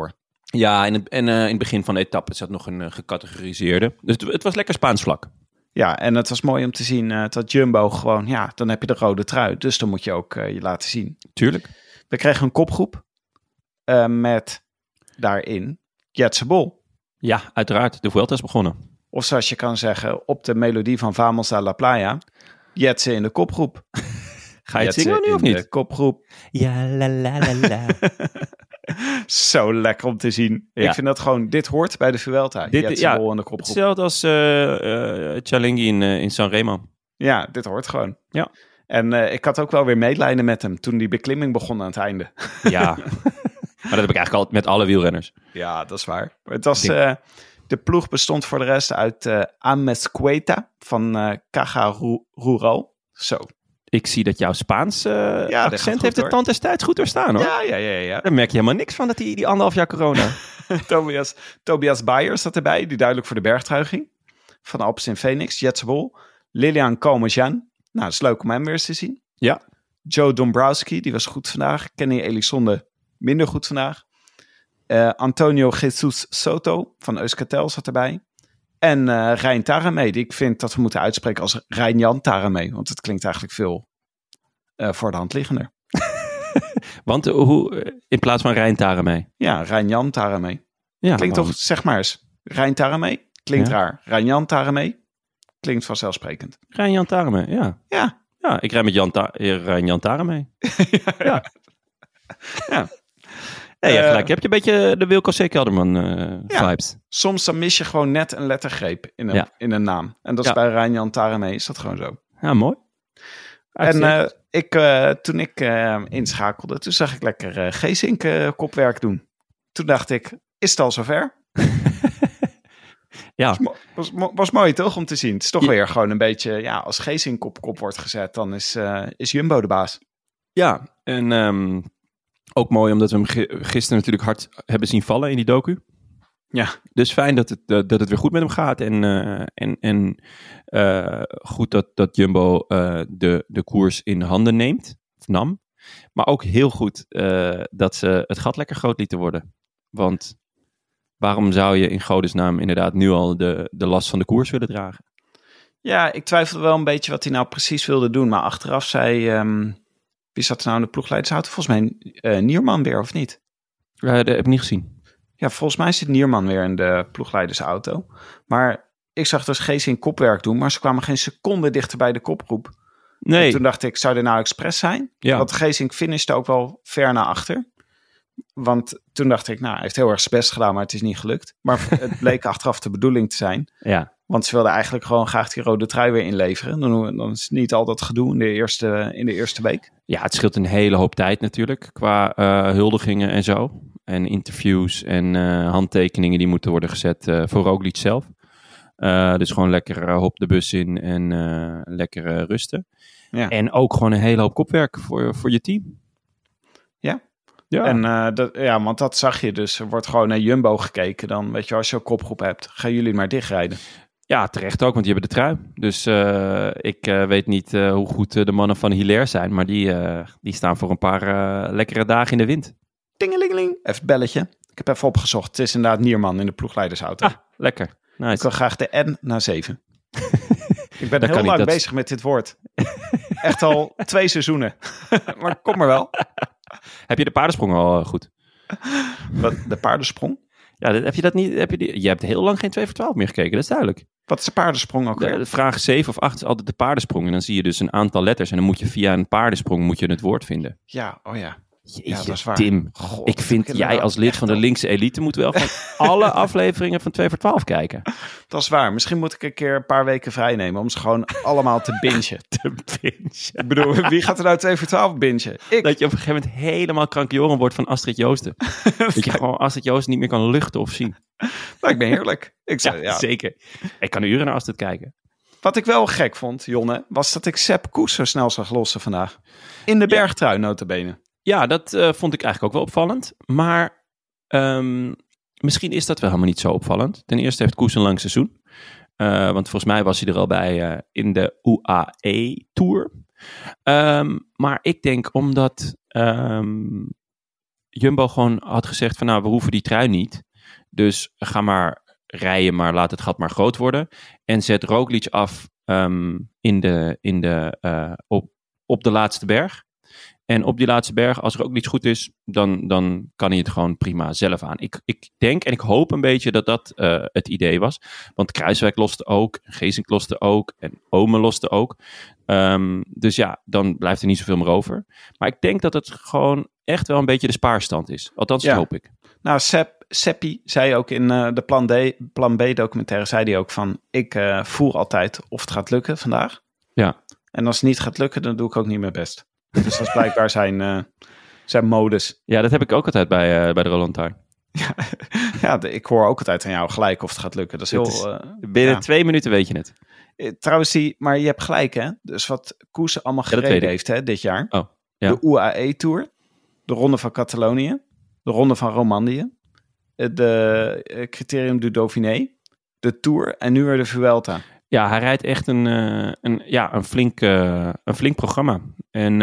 Ja, en in het begin van de etappe zat nog een gecategoriseerde. Dus het was lekker Spaans vlak. Ja, en het was mooi om te zien dat Jumbo gewoon... Ja, dan heb je de rode trui. Dus dan moet je ook je laten zien. Tuurlijk. We kregen een kopgroep met daarin Jetse Bol. Ja, uiteraard. De Vuelta is begonnen. Of zoals je kan zeggen, op de melodie van Vamos a la Playa... Jetse in de kopgroep. Ga je het zingen nu of niet? De kopgroep. Ja, la la la la. Zo lekker om te zien. Ja. Ik vind dat gewoon, dit hoort bij de Vuelta. Jetse Bol in de kopgroep. Hetzelfde als Cialinghi in Sanremo. Ja, dit hoort gewoon. Ja. En ik had ook wel weer medelijden met hem toen die beklimming begon aan het einde. Ja, maar dat heb ik eigenlijk altijd met alle wielrenners. Ja, dat is waar. Het was, de ploeg bestond voor de rest uit Amezqueta van Caja Rural. Zo. Ik zie dat jouw Spaans accent heeft de tand destijds goed doorstaan, hoor. Ja. Daar merk je helemaal niks van dat die 1,5 jaar corona. Tobias Bayer zat erbij, die duidelijk voor de bergtrui ging. Van Alpecin Phoenix, Jetse Bol. Lilian Calmejaan. Nou, het is leuk om hem weer eens te zien. Ja. Joe Dombrowski, die was goed vandaag. Kenny Elissonde, minder goed vandaag. Antonio Jesus Soto van Euskaltel zat erbij. En Rijn Taramee, die ik vind dat we moeten uitspreken als Rijn-Jan Taramee. Want het klinkt eigenlijk veel voor de hand liggender. Want hoe in plaats van Rijn Taramee? Ja, Rijn-Jan Taramee. Ja, klinkt toch, zeg maar eens. Rijn Taramee, klinkt raar. Rijn-Jan Taramee, klinkt vanzelfsprekend. Rijn-Jan Taramee, ja. Ja, ik rij met Rijn-Jan Taramee. Ja. Nee, gelijk. Heb je een beetje de Wilco C. Kelderman vibes? Soms dan mis je gewoon net een lettergreep in een naam. En dat is bij Rijn-Jan Taramee is dat gewoon zo. Ja, mooi. En toen ik inschakelde, toen zag ik lekker Geesink kopwerk doen. Toen dacht ik, is het al zover? Ja. Was mooi toch om te zien. Het is toch weer gewoon een beetje, als Geesink op kop wordt gezet, dan is Jumbo de baas. Ja, en ook mooi omdat we hem gisteren natuurlijk hard hebben zien vallen in die docu. Ja. Dus fijn dat het weer goed met hem gaat. En goed dat Jumbo de koers in handen neemt. Of nam. Maar ook heel goed dat ze het gat lekker groot lieten worden. Want waarom zou je in godesnaam inderdaad nu al de last van de koers willen dragen? Ja, ik twijfelde wel een beetje wat hij nou precies wilde doen. Maar achteraf zei... wie zat er nou in de ploegleidersauto? Volgens mij Nierman weer, of niet? Dat heb ik niet gezien. Ja, volgens mij zit Nierman weer in de ploegleidersauto. Maar ik zag dus Geesink kopwerk doen, maar ze kwamen geen seconde dichter bij de kopgroep. Nee. En toen dacht ik, zou dit nou expres zijn? Ja. Want Geesink finishte ook wel ver naar achter. Want toen dacht ik, hij heeft heel erg zijn best gedaan, maar het is niet gelukt. Maar het bleek achteraf de bedoeling te zijn. Ja. Want ze wilden eigenlijk gewoon graag die rode trui weer inleveren. Dan is het niet al dat gedoe in de eerste week. Ja, het scheelt een hele hoop tijd natuurlijk. Qua huldigingen en zo. En interviews en handtekeningen die moeten worden gezet voor Roglic zelf. Dus gewoon lekker hop de bus in en lekker rusten. Ja. En ook gewoon een hele hoop kopwerk voor je team. Ja. Ja. En want dat zag je dus. Er wordt gewoon naar Jumbo gekeken. Dan weet je, als je een kopgroep hebt, gaan jullie maar dichtrijden. Ja, terecht ook, want die hebben de trui. Dus ik weet niet hoe goed de mannen van Hilaire zijn. Maar die staan voor een paar lekkere dagen in de wind. Tingelingeling. Even het belletje. Ik heb even opgezocht. Het is inderdaad Nierman in de ploegleidersauto. Ah, lekker. Nice. Ik wil graag de N naar 7. Ik ben heel lang bezig met dit woord. Echt al 2 seizoenen. Maar kom maar wel. Heb je de paardensprong al goed? Wat, de paardensprong? Ja, heb je dat niet? Je hebt heel lang geen 2 voor 12 meer gekeken, dat is duidelijk. Wat is de paardensprong ook weer? Vraag 7 of 8 is altijd de paardensprong. En dan zie je dus een aantal letters. En dan moet je via een paardensprong het woord vinden. Ja, oh ja. Jeetje, ja, dat is waar. Tim, God, ik vind jij als lid van de linkse elite moet wel van alle afleveringen van 2 voor 12 kijken. Dat is waar. Misschien moet ik een keer een paar weken vrij nemen om ze gewoon allemaal te bingen. Ik bedoel, wie gaat er nou 2 voor 12 bingen? Ik. Dat je op een gegeven moment helemaal krankjoren wordt van Astrid Joosten. Dat je gewoon Astrid Joosten niet meer kan luchten of zien. Nou, ik ben heerlijk. Zeker. Ik kan uren naar Astrid kijken. Wat ik wel gek vond, Jonne, was dat ik Sepp Koes zo snel zag lossen vandaag. In de bergtrui, nota bene. Ja, dat vond ik eigenlijk ook wel opvallend. Maar misschien is dat wel helemaal niet zo opvallend. Ten eerste heeft Koes een lang seizoen. Want volgens mij was hij er al bij in de UAE Tour. Maar ik denk omdat Jumbo gewoon had gezegd van, nou, we hoeven die trui niet. Dus ga maar rijden, maar laat het gat maar groot worden. En zet Roglic af op de laatste berg. En op die laatste berg, als Roglic goed is, dan kan hij het gewoon prima zelf aan. Ik denk en ik hoop een beetje dat het idee was. Want Kruiswijk loste ook, Geesink loste ook en Omen loste ook. Dus ja, dan blijft er niet zoveel meer over. Maar ik denk dat het gewoon echt wel een beetje de spaarstand is. Althans, dat hoop ik. Nou, Seppi zei ook in de Plan B documentaire, zei hij ook van, ik voel altijd of het gaat lukken vandaag. Ja. En als het niet gaat lukken, dan doe ik ook niet mijn best. Dus dat is blijkbaar zijn modus. Ja, dat heb ik ook altijd bij de Roland Taar. Ja, ik hoor ook altijd aan jou gelijk of het gaat lukken. Dat is heel... binnen 2 minuten weet je het. Trouwens, maar je hebt gelijk, hè? Dus wat Koes allemaal gereden heeft, hè, dit jaar. Oh, ja. De UAE Tour, de Ronde van Catalonië, de Ronde van Romandie, de Criterium du Dauphiné, de Tour en nu weer de Vuelta. Ja, hij rijdt echt een flink programma. En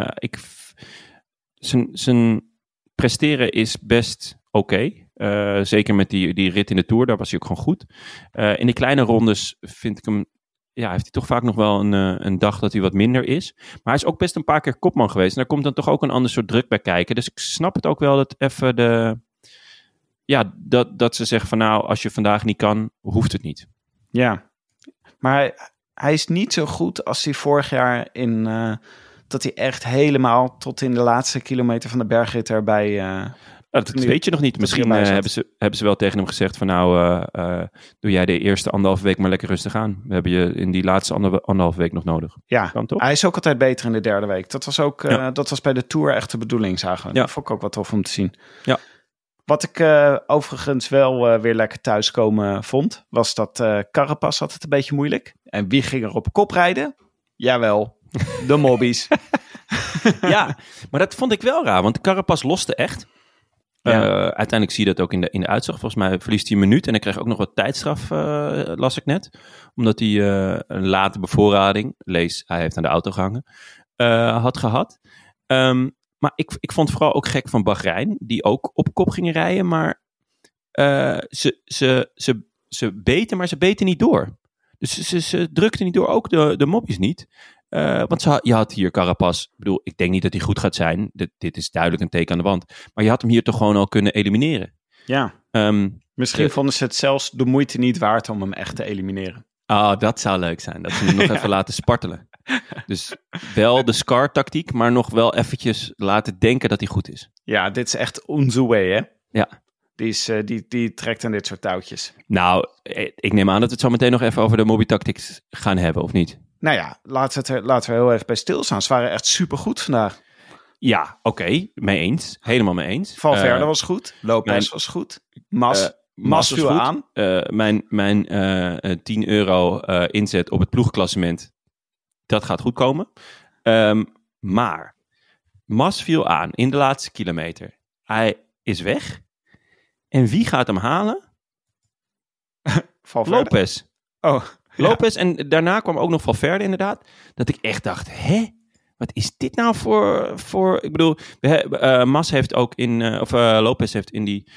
zijn presteren is best oké. Zeker met die rit in de Tour, daar was hij ook gewoon goed. In die kleine rondes vind ik hem... Ja, heeft hij toch vaak nog wel een dag dat hij wat minder is. Maar hij is ook best een paar keer kopman geweest. En daar komt dan toch ook een ander soort druk bij kijken. Dus ik snap het ook wel dat even dat ze zeggen van, nou, als je vandaag niet kan, hoeft het niet. Ja, maar hij is niet zo goed als hij vorig jaar dat hij echt helemaal tot in de laatste kilometer van de bergrit erbij... dat weet je nog niet. Misschien hebben ze wel tegen hem gezegd van, nou, doe jij de eerste 1,5 week maar lekker rustig aan. We hebben je in die laatste 1,5 week nog nodig. Ja, kan, toch? Hij is ook altijd beter in de derde week. Dat was ook dat was bij de Tour echt de bedoeling, zagen we. Ja. Dat vond ik ook wat tof om te zien. Ja. Wat ik overigens wel weer lekker thuiskomen vond, was dat Carapaz had het een beetje moeilijk. En wie ging er op kop rijden? Jawel, de mobbies. Ja, maar dat vond ik wel raar, want Carapaz loste echt. Ja. Uiteindelijk zie je dat ook in de uitslag. Volgens mij verliest hij een minuut en hij kreeg ook nog wat tijdstraf, las ik net. Omdat hij een late bevoorrading, hij heeft aan de auto gehangen, had gehad. Maar ik vond het vooral ook gek van Bahrein, die ook op kop gingen rijden. Maar ze beten, maar ze beten niet door. Dus ze drukten niet door, ook de mobbies niet. Want je had hier Carapaz, ik denk niet dat hij goed gaat zijn. Dit is duidelijk een teken aan de wand. Maar je had hem hier toch gewoon al kunnen elimineren. Ja, misschien vonden ze het zelfs de moeite niet waard om hem echt te elimineren. Dat zou leuk zijn, dat ze hem nog even laten spartelen. Dus wel de Scar-tactiek, maar nog wel eventjes laten denken dat hij goed is. Ja, dit is echt onze way, hè? Ja. Die trekt aan dit soort touwtjes. Nou, ik neem aan dat we het zo meteen nog even over de Moby Tactics gaan hebben, of niet? Nou ja, laten we heel even bij stilstaan. Ze waren echt supergoed vandaag. Ja, oké, mee eens. Helemaal mee eens. Valverde was goed. Lopez was goed. Mas viel aan. Mijn €10 inzet op het ploegklassement, dat gaat goed komen. Maar Mas viel aan in de laatste kilometer. Hij is weg. En wie gaat hem halen? Valverde. Lopez. Oh, Lopez. En daarna kwam ook nog Valverde inderdaad. Dat ik echt dacht, wat is dit nou voor... Ik bedoel, Mas heeft ook Lopez heeft in die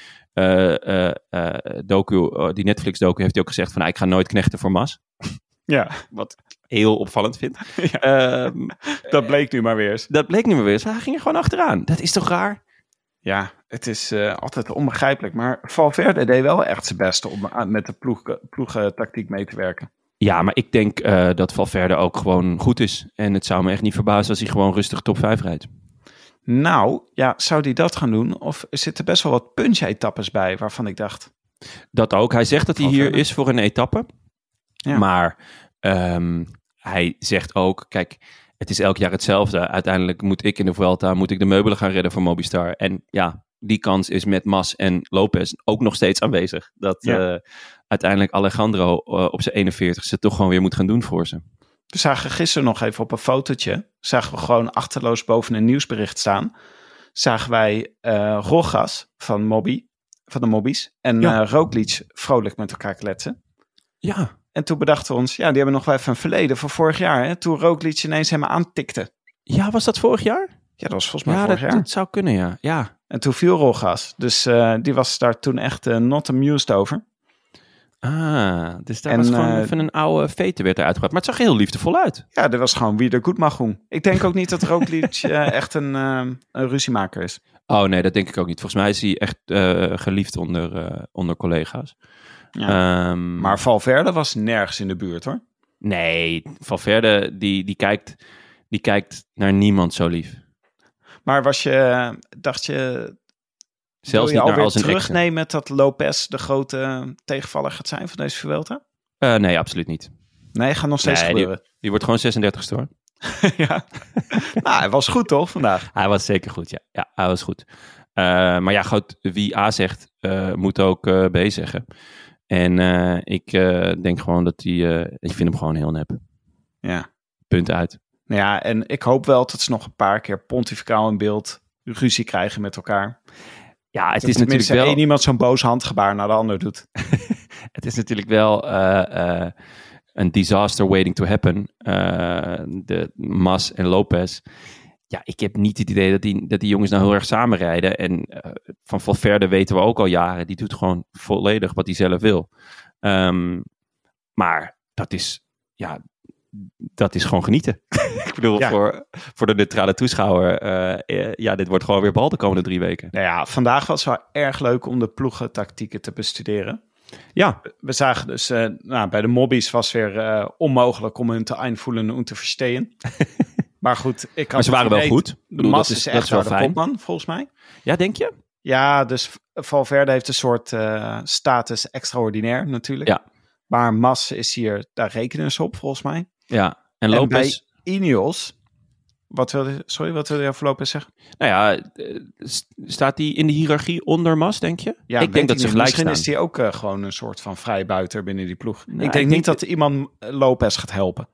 docu, die Netflix-docu, heeft hij ook gezegd van, ik ga nooit knechten voor Mas. Ja. Wat heel opvallend vind. Ja. Dat bleek nu maar weer eens. Hij ging er gewoon achteraan. Dat is toch raar? Ja, het is altijd onbegrijpelijk. Maar Valverde deed wel echt zijn best om met de ploegtactiek mee te werken. Ja, maar ik denk dat Valverde ook gewoon goed is. En het zou me echt niet verbazen als hij gewoon rustig top 5 rijdt. Nou, ja, zou hij dat gaan doen? Of er zitten best wel wat punch-etappes bij waarvan ik dacht... Dat ook. Hij zegt dat hij hier is voor een etappe. Ja. Maar hij zegt ook, kijk, het is elk jaar hetzelfde. Uiteindelijk moet ik in de Vuelta de meubelen gaan redden voor Mobistar. En ja, die kans is met Mas en Lopez ook nog steeds aanwezig. Dat uiteindelijk Alejandro op zijn 41ste toch gewoon weer moet gaan doen voor ze. We zagen gisteren nog even op een fotootje, zagen we gewoon achterloos boven een nieuwsbericht staan. Zagen wij Rogas van de Mobbies en Roglic vrolijk met elkaar kletsen. Ja. En toen bedachten we ons, die hebben nog wel even een verleden van vorig jaar. Hè, toen Roglic ineens helemaal aantikte. Ja, was dat vorig jaar? Ja, dat was volgens mij vorig jaar. Dat zou kunnen, ja. En toen viel Rogas. Dus die was daar toen echt not amused over. Dus daar was gewoon even een oude vete werd eruit gebracht. Maar het zag heel liefdevol uit. Ja, dat was gewoon wie er goed mag doen. Ik denk ook niet dat Roglic echt een ruziemaker is. Oh nee, dat denk ik ook niet. Volgens mij is hij echt geliefd onder collega's. Ja. Maar Valverde was nergens in de buurt, hoor. Nee, Valverde die kijkt naar niemand zo lief. Maar dacht je... Zelfs wil je niet naar als een terugnemen dat Lopez de grote tegenvaller gaat zijn van deze Vuelta? Nee, absoluut niet. Nee, gaat nog steeds gebeuren. Die wordt gewoon 36ste hoor. Ja. Nou, hij was goed toch vandaag? Hij was zeker goed, ja. Ja, hij was goed. Maar ja, goed, wie A zegt, moet ook B zeggen. En ik denk gewoon dat ik vind hem gewoon heel nep. Ja. Punt uit. Nou ja, en ik hoop wel dat ze nog een paar keer pontificaal in beeld ruzie krijgen met elkaar. Ja, het is natuurlijk wel... één iemand zo'n boos handgebaar naar de ander doet. Het is natuurlijk wel een disaster waiting to happen. De Mas en Lopez. Ja, ik heb niet het idee dat die jongens nou heel erg samenrijden. En van Valverde weten we ook al jaren. Die doet gewoon volledig wat hij zelf wil. Maar dat is gewoon genieten. Ik bedoel, voor de neutrale toeschouwer... dit wordt gewoon weer bal de komende 3 weken. Nou ja, vandaag was het wel erg leuk om de ploegentactieken te bestuderen. Ja. We zagen dus... bij de mobbies was weer onmogelijk om hun te einvoelen en te verstehen. Maar goed, maar ze waren wel goed. De Mas is echt wel de kopman, volgens mij. Ja, denk je? Ja, dus Valverde heeft een soort status extraordinair natuurlijk. Ja. Maar Mas is hier, daar rekenen ze op, volgens mij. Ja, en Lopez... bij Ineos... Wat wil je over Lopez zeggen? Nou ja, staat hij in de hiërarchie onder Mas, denk je? Ja, ik denk dat ze gelijk staan. Misschien is hij ook gewoon een soort van vrijbuiter binnen die ploeg. Nou, ik denk niet dat iemand Lopez gaat helpen.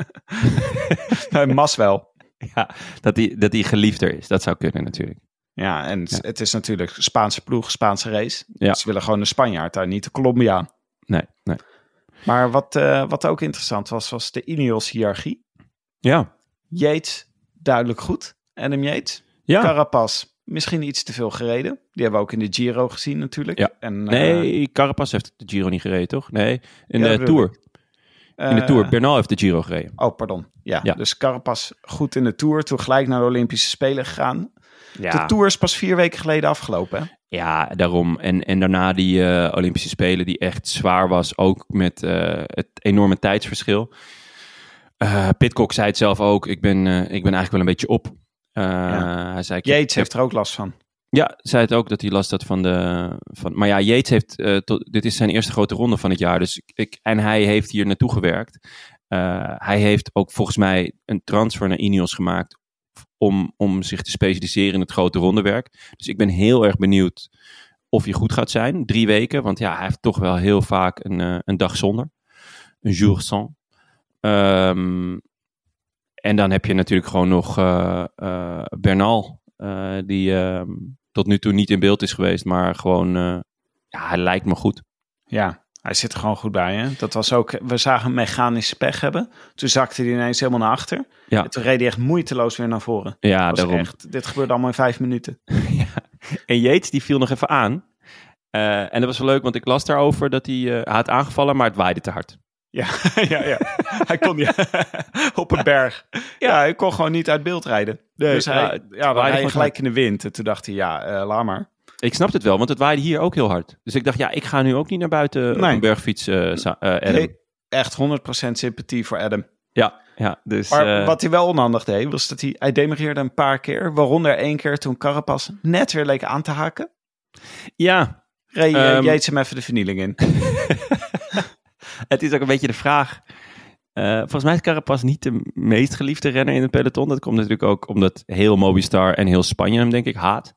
Nee, Mas wel. Ja, dat hij geliefder is. Dat zou kunnen natuurlijk. Ja, en het is natuurlijk Spaanse ploeg, Spaanse race. Ja. Ze willen gewoon de Spanjaard daar, niet de Colombiaan. Nee. Maar wat ook interessant was de Ineos-hiërarchie. Ja. Yates, duidelijk goed. Adam Yates. Ja. Carapaz, misschien iets te veel gereden. Die hebben we ook in de Giro gezien natuurlijk. Ja. En, nee, Carapaz heeft de Giro niet gereden, toch? Nee, in de Tour. In de Tour. Bernal heeft de Giro gereden. Oh, pardon. Ja. Dus Carapaz goed in de Tour. Toen gelijk naar de Olympische Spelen gegaan. Ja. De Tour is pas 4 weken geleden afgelopen, hè? Ja, daarom. En daarna die Olympische Spelen die echt zwaar was. Ook met het enorme tijdsverschil. Pidcock zei het zelf ook. Ik ben eigenlijk wel een beetje op. Hij zei, Yates heeft er ook last van. Ja, zei het ook dat hij last had van maar ja, Yates heeft... dit is zijn eerste grote ronde van het jaar. Dus en hij heeft hier naartoe gewerkt. Hij heeft ook volgens mij een transfer naar Ineos gemaakt... Om zich te specialiseren in het grote rondewerk. Dus ik ben heel erg benieuwd of hij goed gaat zijn. 3 weken, want ja, hij heeft toch wel heel vaak een dag zonder. Een jour sans. En dan heb je natuurlijk gewoon nog Bernal. Die tot nu toe niet in beeld is geweest. Maar gewoon, hij lijkt me goed. Ja, hij zit er gewoon goed bij. Hè? Dat was ook, we zagen hem mechanische pech hebben. Toen zakte hij ineens helemaal naar achter. Ja. En toen reed hij echt moeiteloos weer naar voren. Ja, daarom. Dit gebeurde allemaal in 5 minuten. Ja. En Yates die viel nog even aan. En dat was wel leuk, want ik las daarover dat hij had aangevallen, maar het waaide te hard. Ja. Hij kon niet op een berg. Ja, hij kon gewoon niet uit beeld rijden. Nee, dus hij waaide gelijk in de wind. En toen dacht hij, laat maar. Ik snap het wel, want het waaide hier ook heel hard. Dus ik dacht, ik ga nu ook niet naar buiten op een bergfiets, Adam. Nee, echt 100% sympathie voor Adam. Ja, dus... Maar wat hij wel onhandig deed, was dat hij demareerde een paar keer. Waaronder 1 keer toen Carapaz net weer leek aan te haken. Ja. Reed Yates hem even de vernieling in. Het is ook een beetje de vraag... volgens mij is Carapaz niet de meest geliefde renner in het peloton. Dat komt natuurlijk ook omdat heel Movistar en heel Spanje hem denk ik haat.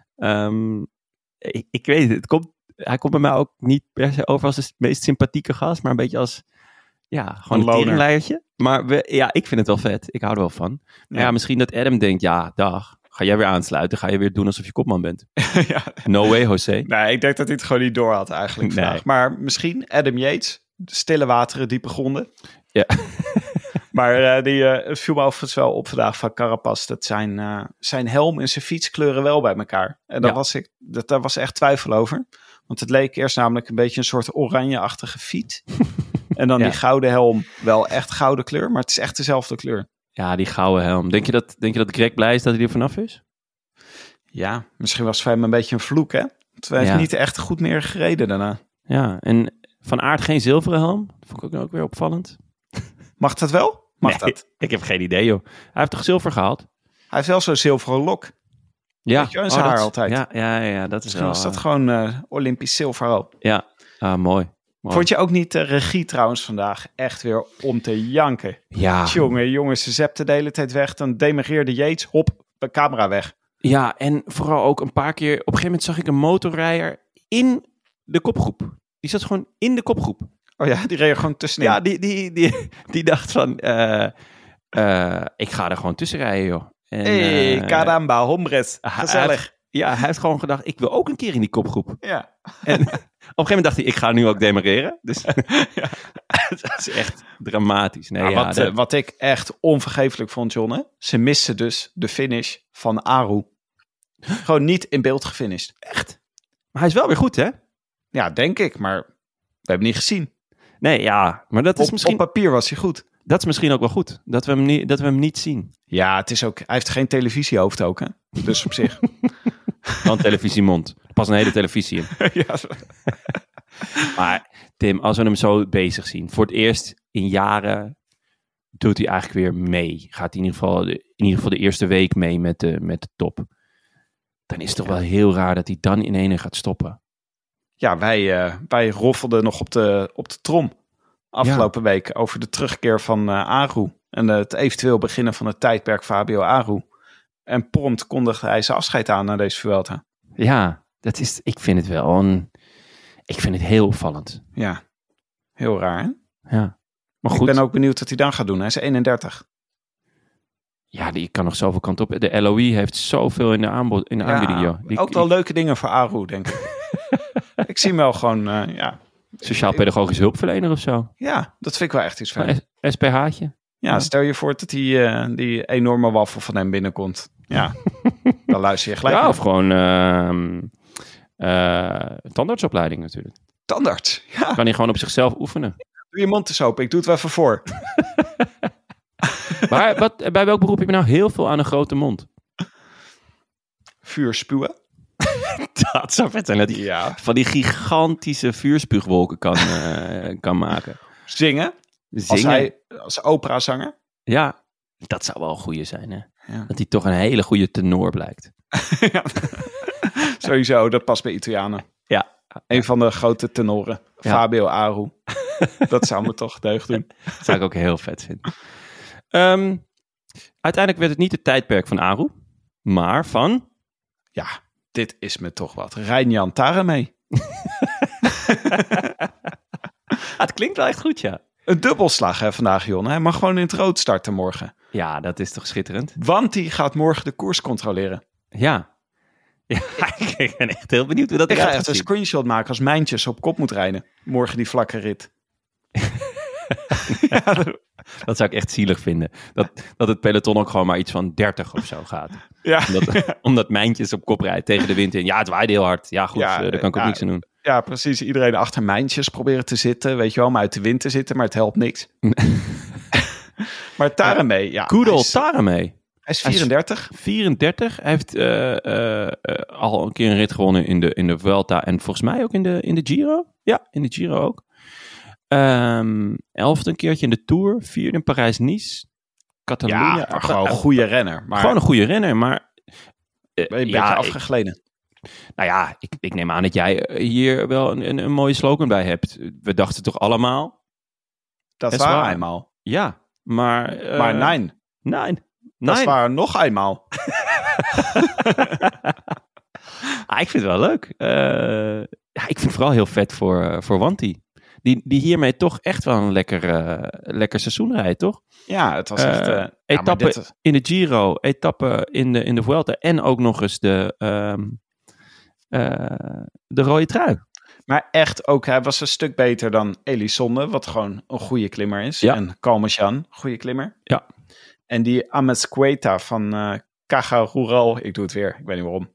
Ik weet het. Hij komt bij mij ook niet per se over als de meest sympathieke gast, maar een beetje als gewoon een teringleiertje. Maar ik vind het wel vet. Ik hou er wel van. Maar ja, misschien dat Adam denkt, dag, ga jij weer aansluiten? Ga je weer doen alsof je kopman bent? Ja. No way, José. Nee, ik denk dat hij het gewoon niet door had eigenlijk. Nee. Maar misschien Adam Yates, stille wateren, diepe gronden. Ja. Maar het viel me overigens wel op vandaag van Carapaz. Dat zijn helm en zijn fiets kleuren wel bij elkaar. En daar was echt twijfel over. Want het leek eerst namelijk een beetje een soort oranje-achtige fiets. En dan die gouden helm, wel echt gouden kleur. Maar het is echt dezelfde kleur. Ja, die gouden helm. Denk je dat Greg blij is dat hij er vanaf is? Ja, misschien was het voor hem een beetje een vloek, hè? Want hij heeft niet echt goed meer gereden daarna. Ja, en Van Aert geen zilveren helm. Dat vond ik ook weer opvallend. Mag dat wel? Dat? Ik heb geen idee, joh. Hij heeft toch zilver gehaald? Hij heeft wel zo'n zilveren lok. Ja. Weet je, in zijn haar altijd. Ja, dat is misschien was dat gewoon Olympisch zilver al. Ja, mooi. Vond je ook niet de regie trouwens vandaag echt weer om te janken? Ja. Jongens, ze zepten de hele tijd weg. Dan demereerde Yates, hop, de camera weg. Ja, en vooral ook een paar keer... Op een gegeven moment zag ik een motorrijder in de kopgroep. Die zat gewoon in de kopgroep. Oh ja, die reed er gewoon tussenin. Ja, die dacht van... ik ga er gewoon tussen rijden, joh. En, caramba, hombres. Gezellig. Hij heeft gewoon gedacht, ik wil ook een keer in die kopgroep. Ja. En op een gegeven moment dacht hij, ik ga nu ook demareren. Dus dat is echt dramatisch. Nee, wat ik echt onvergeeflijk vond, John, hè? Ze misten dus de finish van Aru. Gewoon niet in beeld gefinished. Echt? Maar hij is wel weer goed, hè? Ja, denk ik, maar we hebben niet gezien. Nee, ja, maar dat is misschien... Op papier was hij goed. Dat is misschien ook wel goed, dat we hem niet zien. Ja, het is ook... Hij heeft geen televisiehoofd ook, hè? Dus op zich. Dan televisiemond. Er past een hele televisie in. Ja. Maar Tim, als we hem zo bezig zien, voor het eerst in jaren doet hij eigenlijk weer mee. Gaat hij in ieder geval de eerste week mee met de top. Dan is het toch wel heel raar dat hij dan in ene gaat stoppen. Ja, wij roffelden nog op de trom afgelopen week over de terugkeer van Aru. En het eventueel beginnen van het tijdperk Fabio Aru. En prompt kondigde hij zijn afscheid aan naar deze Vuelta. Ja, ik vind het heel opvallend. Ja, heel raar, hè? Ja, maar goed. Ik ben ook benieuwd wat hij dan gaat doen. Hij is 31. Ja, die kan nog zoveel kant op. De LOE heeft zoveel in de aanbieding, joh. Ook wel leuke dingen voor Aru, denk ik. Ik zie hem wel gewoon, Sociaal-pedagogisch hulpverlener of zo. Ja, dat vind ik wel echt iets van. SPH'tje. Ja, stel je voor dat die enorme waffel van hem binnenkomt. Ja, dan luister je gelijk. Ja, of gewoon tandartsopleiding natuurlijk. Tandarts, ja. Kan hij gewoon op zichzelf oefenen. Doe je mond eens open, ik doe het wel even voor. Maar bij welk beroep heb je nou heel veel aan een grote mond? Vuur spuwen. Dat zou vet zijn dat hij van die gigantische vuurspuugwolken kan maken. Zingen. Als operazanger. Ja, dat zou wel een goeie zijn, hè? Ja. Dat hij toch een hele goede tenor blijkt. Ja. Sowieso, dat past bij Italianen. Ja. Een van de grote tenoren. Ja. Fabio Aru. Dat zou me toch deugd doen. Dat zou ik ook heel vet vinden. Uiteindelijk werd het niet het tijdperk van Aru, maar van... Ja, dit is me toch wat. Rein-Jan Taramee. Het klinkt wel echt goed, ja. Een dubbelslag hè, vandaag, Jon. Hij mag gewoon in het rood starten morgen. Ja, dat is toch schitterend. Want hij gaat morgen de koers controleren. Ja. Ja, ik ben echt heel benieuwd hoe dat gaat. Ik ga echt een screenshot maken als Mijntjes op kop moet rijden. Morgen die vlakke rit. Ja, dat zou ik echt zielig vinden. Dat het peloton ook gewoon maar iets van 30 of zo gaat. Ja. Omdat Mijntjes op kop rijdt tegen de wind in. Ja, het waaide heel hard. Ja, goed, daar kan ik ook niks aan doen. Ja, precies. Iedereen achter Mijntjes proberen te zitten. Weet je wel, maar uit de wind te zitten. Maar het helpt niks. Maar Taramee, ja. Good old Taramee. Hij is 34. 34. Hij heeft al een keer een rit gewonnen in de Vuelta. En volgens mij ook in de Giro. Ja, in de Giro ook. 11e een keertje in de Tour. 4e in Parijs-Nice. Catalonië. Ja, maar gewoon een goede renner. Maar... Gewoon een goede renner, maar... ben je een beetje afgegleden? Nou ja, ik neem aan dat jij hier wel een mooie slogan bij hebt. We dachten toch allemaal... Dat is waar eenmaal. Ja, maar... maar nein. Dat is waar nog eenmaal. Ik vind het wel leuk. Ik vind het vooral heel vet voor Wanty. Die hiermee toch echt wel een lekker seizoen rijdt, toch? Ja, het was echt... etappe in de Giro, etappe in de Vuelta en ook nog eens de rode trui. Maar echt ook, hij was een stuk beter dan Elizondo, wat gewoon een goede klimmer is. Ja. En Kalmazan, goede klimmer. Ja. En die Amezqueta van Caja Rural, ik doe het weer, ik weet niet waarom.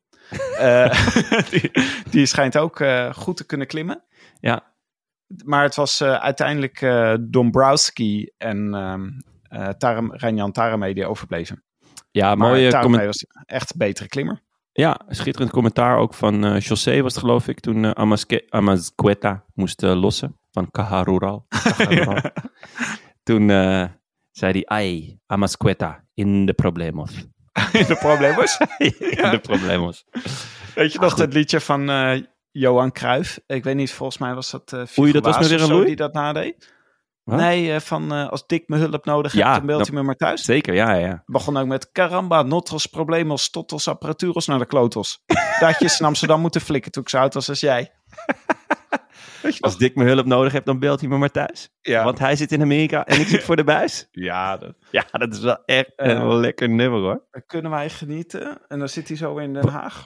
die schijnt ook goed te kunnen klimmen. Ja. Maar het was uiteindelijk Dombrowski en Rajan Taramé die overbleven. Ja, Maar mooie Taramé was echt een betere klimmer. Ja, schitterend commentaar ook van José was het geloof ik. Toen Amezqueta moest lossen van Caja Rural. Toen zei hij, ai, Amezqueta, in de problemos. In de problemos? In de problemos. Weet je nog dat liedje van Johan Cruijff? Ik weet niet, volgens mij was dat Oei, dat was nou weer een Louis? Die dat nadeed. Wat? Nee, van als Dick me hulp nodig heeft, dan belt hij me maar thuis. Zeker, ja. Begon ook met caramba, notros, problemos, totos, apparaturos naar de klotos. Datjes in Amsterdam moeten flikken toen ik zo oud was als jij. Als Dick me hulp nodig heeft, dan belt hij me maar thuis. Ja. Want hij zit in Amerika en ik zit voor de buis. Ja, dat is wel echt een lekker nummer hoor. Dan kunnen wij genieten. En dan zit hij zo in Den Haag.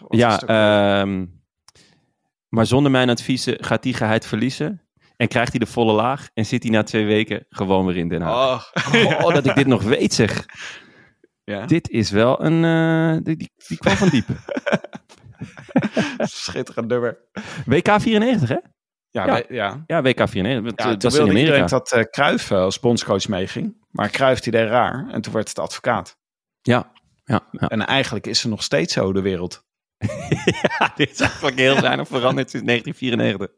Maar zonder mijn adviezen gaat die geheid verliezen. En krijgt hij de volle laag. En zit hij na 2 weken gewoon weer in Den Haag. Oh, dat ik dit nog weet zeg. Ja. Dit is wel een... Die kwam van diep. Schitterend nummer. WK 94 hè? Ja, WK 94. Ja, dat is in Amerika. Iedereen dat Cruijff als bondscoach meeging. Maar Cruijff die deed raar. En toen werd het advocaat. Ja. En eigenlijk is er nog steeds zo de wereld. Ja, dit is eigenlijk heel weinig veranderd sinds 1994.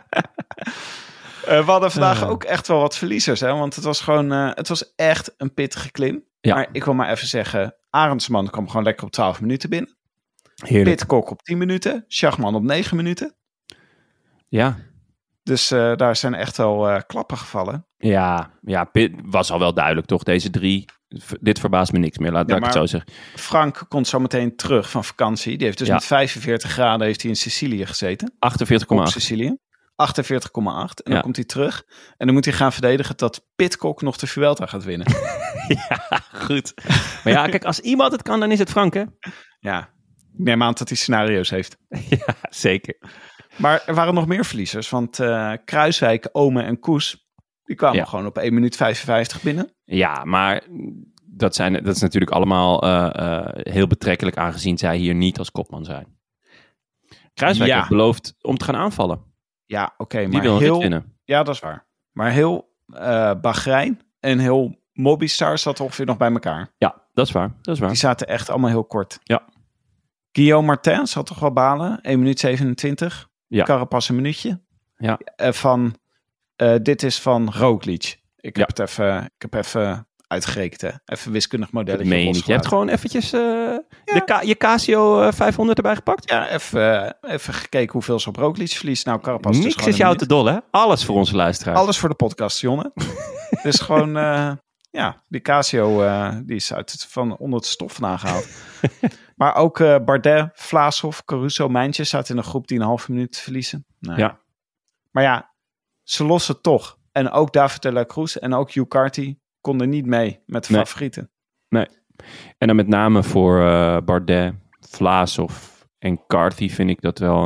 We hadden vandaag ook echt wel wat verliezers. Hè? Want het was gewoon, het was echt een pittige klim. Ja. Maar ik wil maar even zeggen, Arendsman kwam gewoon lekker op 12 minuten binnen. Heerlijk. Pidcock op 10 minuten. Schachman op 9 minuten. Ja. Dus daar zijn echt wel klappen gevallen. Ja, was al wel duidelijk toch? Deze 3, dit verbaast me niks meer, laat ik het zo zeggen. Frank komt zo meteen terug van vakantie. Die heeft dus met 45 graden heeft hij in Sicilië gezeten. 48,8. Op Sicilië. 48,8. En dan komt hij terug. En dan moet hij gaan verdedigen dat Pidcock nog de Vuelta gaat winnen. Ja, goed. Maar ja, kijk, als iemand het kan, dan is het Frank, hè? Ja, ik neem aan dat hij scenario's heeft. Ja, zeker. Maar er waren nog meer verliezers. Want Kruiswijk, Ome en Koes, die kwamen gewoon op 1 minuut 55 binnen. Ja, maar dat is natuurlijk allemaal heel betrekkelijk aangezien zij hier niet als kopman zijn. Kruiswijk heeft beloofd om te gaan aanvallen. Ja, oké. Die wil heel winnen. Ja, dat is waar. Maar heel Bahrein en heel Mobistar zat ongeveer nog bij elkaar. Ja, dat is waar. Die zaten echt allemaal heel kort. Ja. Guillaume Martin zat toch wel balen. 1 minuut 27. Ja. Carapaz een minuutje. Ja. Dit is van Roglic. Ik heb even uitgerekend. Hè. Even wiskundig modelletje. Je hebt gewoon eventjes je Casio 500 erbij gepakt? Ja, even gekeken hoeveel ze op Roglic verliest. Nou, Carapaz niks dus is jou te dol, hè? Alles voor onze luisteraars. Alles voor de podcast, Jonne. Dus gewoon, die Casio die is onder het stof vandaan gehaald. Maar ook Bardet, Vlaashoff, Caruso, Mijntjes zaten in een groep die een halve minuut verliezen. Nou, ja. Maar ja, ze lossen toch. En ook David de la Cruz en ook Hugh Carty konden niet mee met de favorieten. Nee. En dan met name voor Bardet, Vlaashoff en Carty vind ik dat wel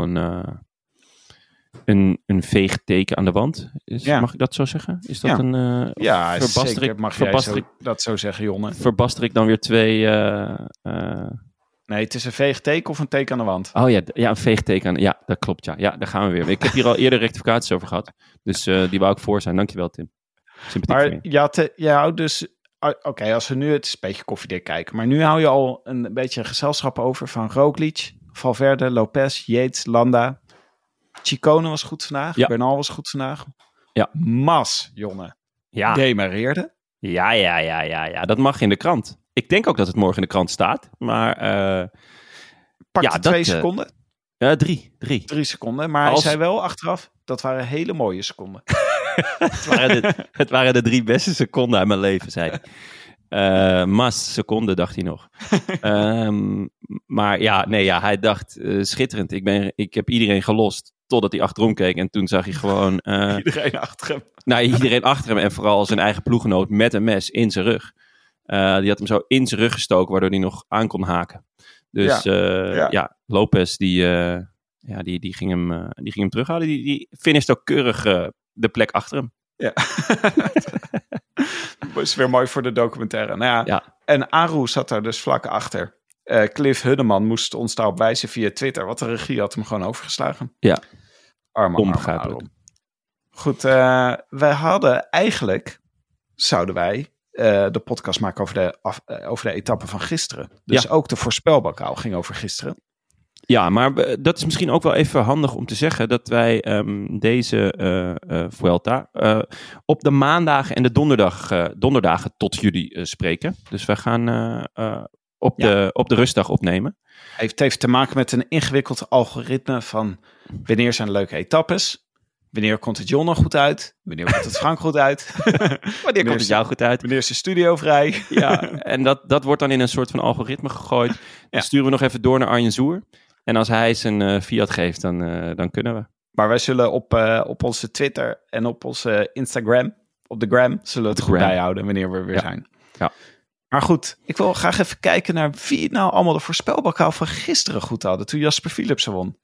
een veegteken aan de wand. Mag ik dat zo zeggen? Is dat een... zeker mag jij dat zo zeggen, Jonne. Verbaster ik dan weer 2... Nee, het is een veegteken of een teken aan de wand. Oh ja, een veegteken. Ja, dat klopt. Ja, daar gaan we weer. Ik heb hier al eerder rectificaties over gehad. Dus die wou ik voor zijn. Dankjewel, Tim. Sympathiek maar je houdt dus... Oké, als we nu het is een beetje koffiedik kijken. Maar nu hou je al een beetje een gezelschap over van Roglic, Valverde, Lopez, Yates, Landa. Ciccone was goed vandaag. Ja. Bernal was goed vandaag. Ja. Mas, Jonne. Ja. Demareerde. Ja. Dat mag in de krant. Ik denk ook dat het morgen in de krant staat. Maar... Pakte 2 seconden? 3. 3 seconden. Maar hij zei wel achteraf, dat waren hele mooie seconden. het waren de 3 beste seconden uit mijn leven, zei hij. Mas seconde, dacht hij nog. Maar hij dacht, schitterend. Ik heb iedereen gelost. Totdat hij achterom keek. En toen zag hij gewoon... iedereen achter hem. Nou, iedereen achter hem. En vooral zijn eigen ploeggenoot met een mes in zijn rug. Die had hem zo in zijn rug gestoken, waardoor hij nog aan kon haken. Dus Lopez, die Ja, die ging hem terughouden. Die finisht ook keurig de plek achter hem. Ja. Dat is weer mooi voor de documentaire. Nou ja. En Aru zat daar dus vlak achter. Cliff Huddeman moest ons daarop wijzen via Twitter. Want de regie had hem gewoon overgeslagen. Ja. Arme Aru. Goed, wij hadden eigenlijk... Zouden wij de podcast maken over de etappe van gisteren. Dus ook de voorspelbokaal ging over gisteren. Ja, maar dat is misschien ook wel even handig om te zeggen dat wij deze Vuelta op de maandagen en de donderdagen tot jullie spreken. Dus wij gaan op de rustdag opnemen. Het heeft te maken met een ingewikkeld algoritme van wanneer zijn leuke etappes. Wanneer komt het John nog goed uit? Wanneer komt het Frank goed uit? Wanneer komt het jou goed uit? Wanneer is de studio vrij? Ja, en dat wordt dan in een soort van algoritme gegooid. Dan sturen we nog even door naar Arjen Zoer. En als hij zijn fiat geeft, dan kunnen we. Maar wij zullen op onze Twitter en op onze Instagram, op de gram, zullen we het goed bijhouden wanneer we weer zijn. Ja. Maar goed, ik wil graag even kijken naar wie nou allemaal de voorspelbokaal van gisteren goed hadden toen Jasper Philipsen won.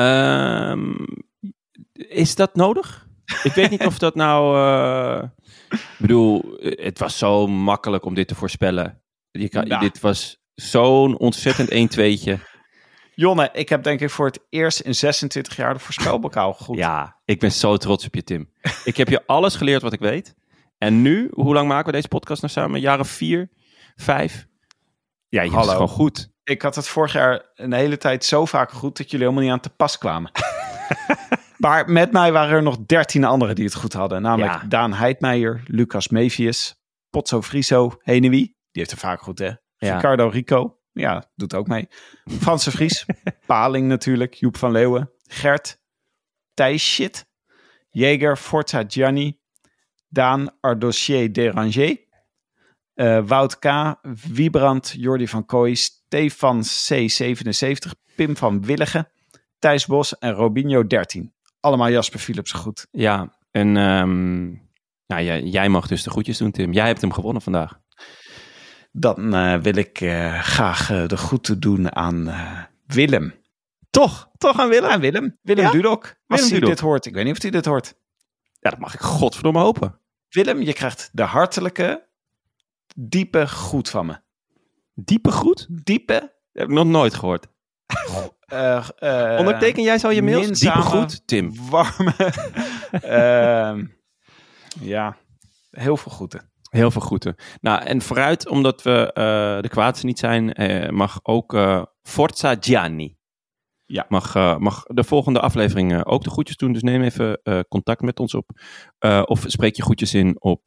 Is dat nodig? Ik weet niet of dat nou... Ik bedoel, het was zo makkelijk om dit te voorspellen. Dit was zo'n ontzettend 1-2'tje. Jonne, ik heb denk ik voor het eerst in 26 jaar de voorspelbokaal goed. Ja, ik ben zo trots op je, Tim. Ik heb je alles geleerd wat ik weet. En nu, hoe lang maken we deze podcast nou samen? Jaren 4, 5? Ja, je hebt het gewoon goed. Ik had het vorig jaar een hele tijd zo vaak goed dat jullie helemaal niet aan te pas kwamen. Maar met mij waren er nog 13 anderen die het goed hadden. Namelijk Daan Heidmeijer, Lucas Mevius, Potso Friso, Henewie. Die heeft er vaak goed, hè? Ja. Ricardo Rico. Ja, doet ook mee. Frans de Vries. Paling natuurlijk. Joep van Leeuwen. Gert. Thijs Shit. Jager. Forza Gianni. Daan Ardossier Deranger. Wout K. Wiebrand. Jordi van Kooi. Stefan C77. Pim van Willigen. Thijs Bos en Robinho 13. Allemaal Jasper Philipsen goed. Ja, en jij mag dus de groetjes doen, Tim. Jij hebt hem gewonnen vandaag. Dan wil ik graag de groeten doen aan Willem. Toch aan Willem? Aan Willem Dudok. Als hij dit hoort. Ik weet niet of hij dit hoort. Ja, dat mag ik godverdomme hopen. Willem, je krijgt de hartelijke, diepe groet van me. Diepe groet? Diepe? Dat heb ik nog nooit gehoord. Onderteken jij zo je mails? Diepe groet, Tim. Warme. Heel veel groeten. Heel veel groeten. Nou, en vooruit, omdat we de kwaadste niet zijn, mag ook Forza Gianni. Ja. Mag de volgende aflevering ook de groetjes doen. Dus neem even contact met ons op. Of spreek je groetjes in op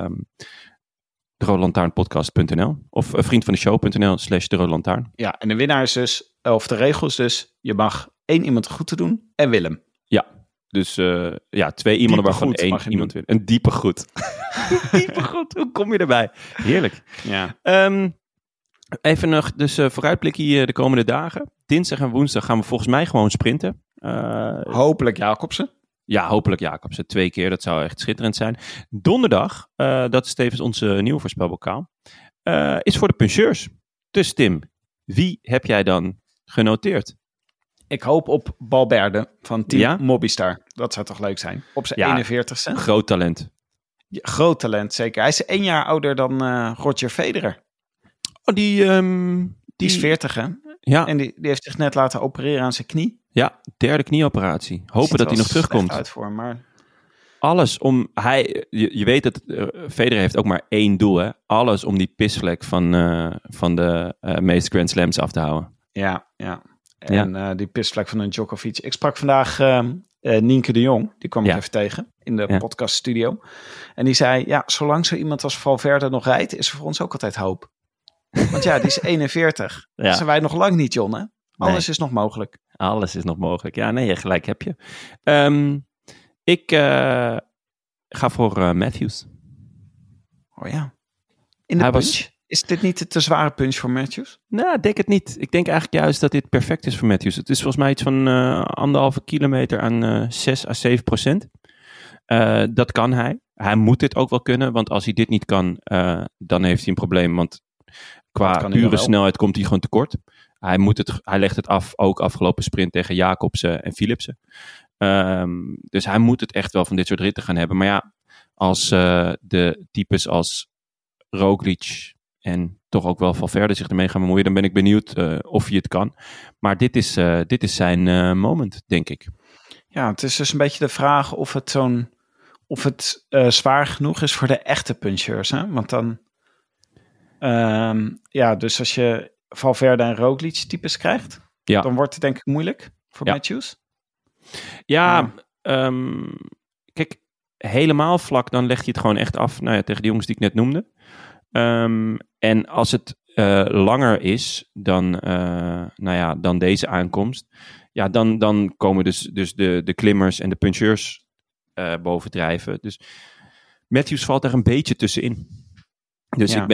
derodelantaarnpodcast.nl of vriendvandeshow.nl/derodelantaarn. Ja, en de winnaar is dus, of de regels dus, je mag 1 iemand goed te doen en Willem. Ja, dus 2 iemannen waarvan 1 iemand wil. Een diepe groet. Diepe groet, hoe kom je erbij? Heerlijk. Ja. Even nog, dus vooruitblik hier de komende dagen. Dinsdag en woensdag gaan we volgens mij gewoon sprinten. Hopelijk Jacobsen. Ja, hopelijk Jacobsen 2 keer. Dat zou echt schitterend zijn. Donderdag, dat is tevens onze nieuwe voorspelbokaal, is voor de puncheurs. Dus Tim, wie heb jij dan genoteerd? Ik hoop op Balberde van Team Mobbystar. Dat zou toch leuk zijn? Op zijn 41ste. Groot talent. Ja, groot talent, zeker. Hij is 1 jaar ouder dan Roger Federer. Oh, die is 40, hè? Ja. En die heeft zich net laten opereren aan zijn knie. Ja, 3e knieoperatie. Hopen dat hij nog terugkomt. Uit voor, maar... Alles om... Je weet dat Federer heeft ook maar 1 doel, hè? Alles om die pisvlek van de meeste Grand Slams af te houden. Ja. En die pisvlek van een Djokovic. Ik sprak vandaag Nienke de Jong. Die kwam ik even tegen in de podcaststudio. En die zei, zolang zo iemand als Valverde nog rijdt, is er voor ons ook altijd hoop. Want die is 41. Dat zijn wij nog lang niet, John, hè? Alles is nog mogelijk. Alles is nog mogelijk. Ja, nee, gelijk heb je. Ik ga voor Matthews. Oh ja. In de punch? Is dit niet een te zware punch voor Matthews? Nou, ik denk het niet. Ik denk eigenlijk juist dat dit perfect is voor Matthews. Het is volgens mij iets van 1,5 kilometer aan 6-7%. Dat kan hij. Hij moet dit ook wel kunnen, want als hij dit niet kan, dan heeft hij een probleem. Want qua pure snelheid komt hij gewoon tekort. hij legt het af, ook afgelopen sprint tegen Jacobsen en Philipsen. Dus hij moet het echt wel van dit soort ritten gaan hebben. Maar ja, als de types als Roglic en toch ook wel Valverde zich ermee gaan bemoeien, dan ben ik benieuwd of hij het kan. Maar dit is zijn moment, denk ik. Ja, het is dus een beetje de vraag of het zwaar genoeg is voor de echte puncheurs. Hè? Want dan, dus als je Valverde en Roglic types krijgt, dan wordt het denk ik moeilijk voor Matthews. Ja, kijk, helemaal vlak, dan leg je het gewoon echt af tegen de jongens die ik net noemde. En als het langer is dan deze aankomst, ja, dan komen dus de klimmers en de puncheurs bovendrijven. Dus Matthews valt er een beetje tussenin. Dus ik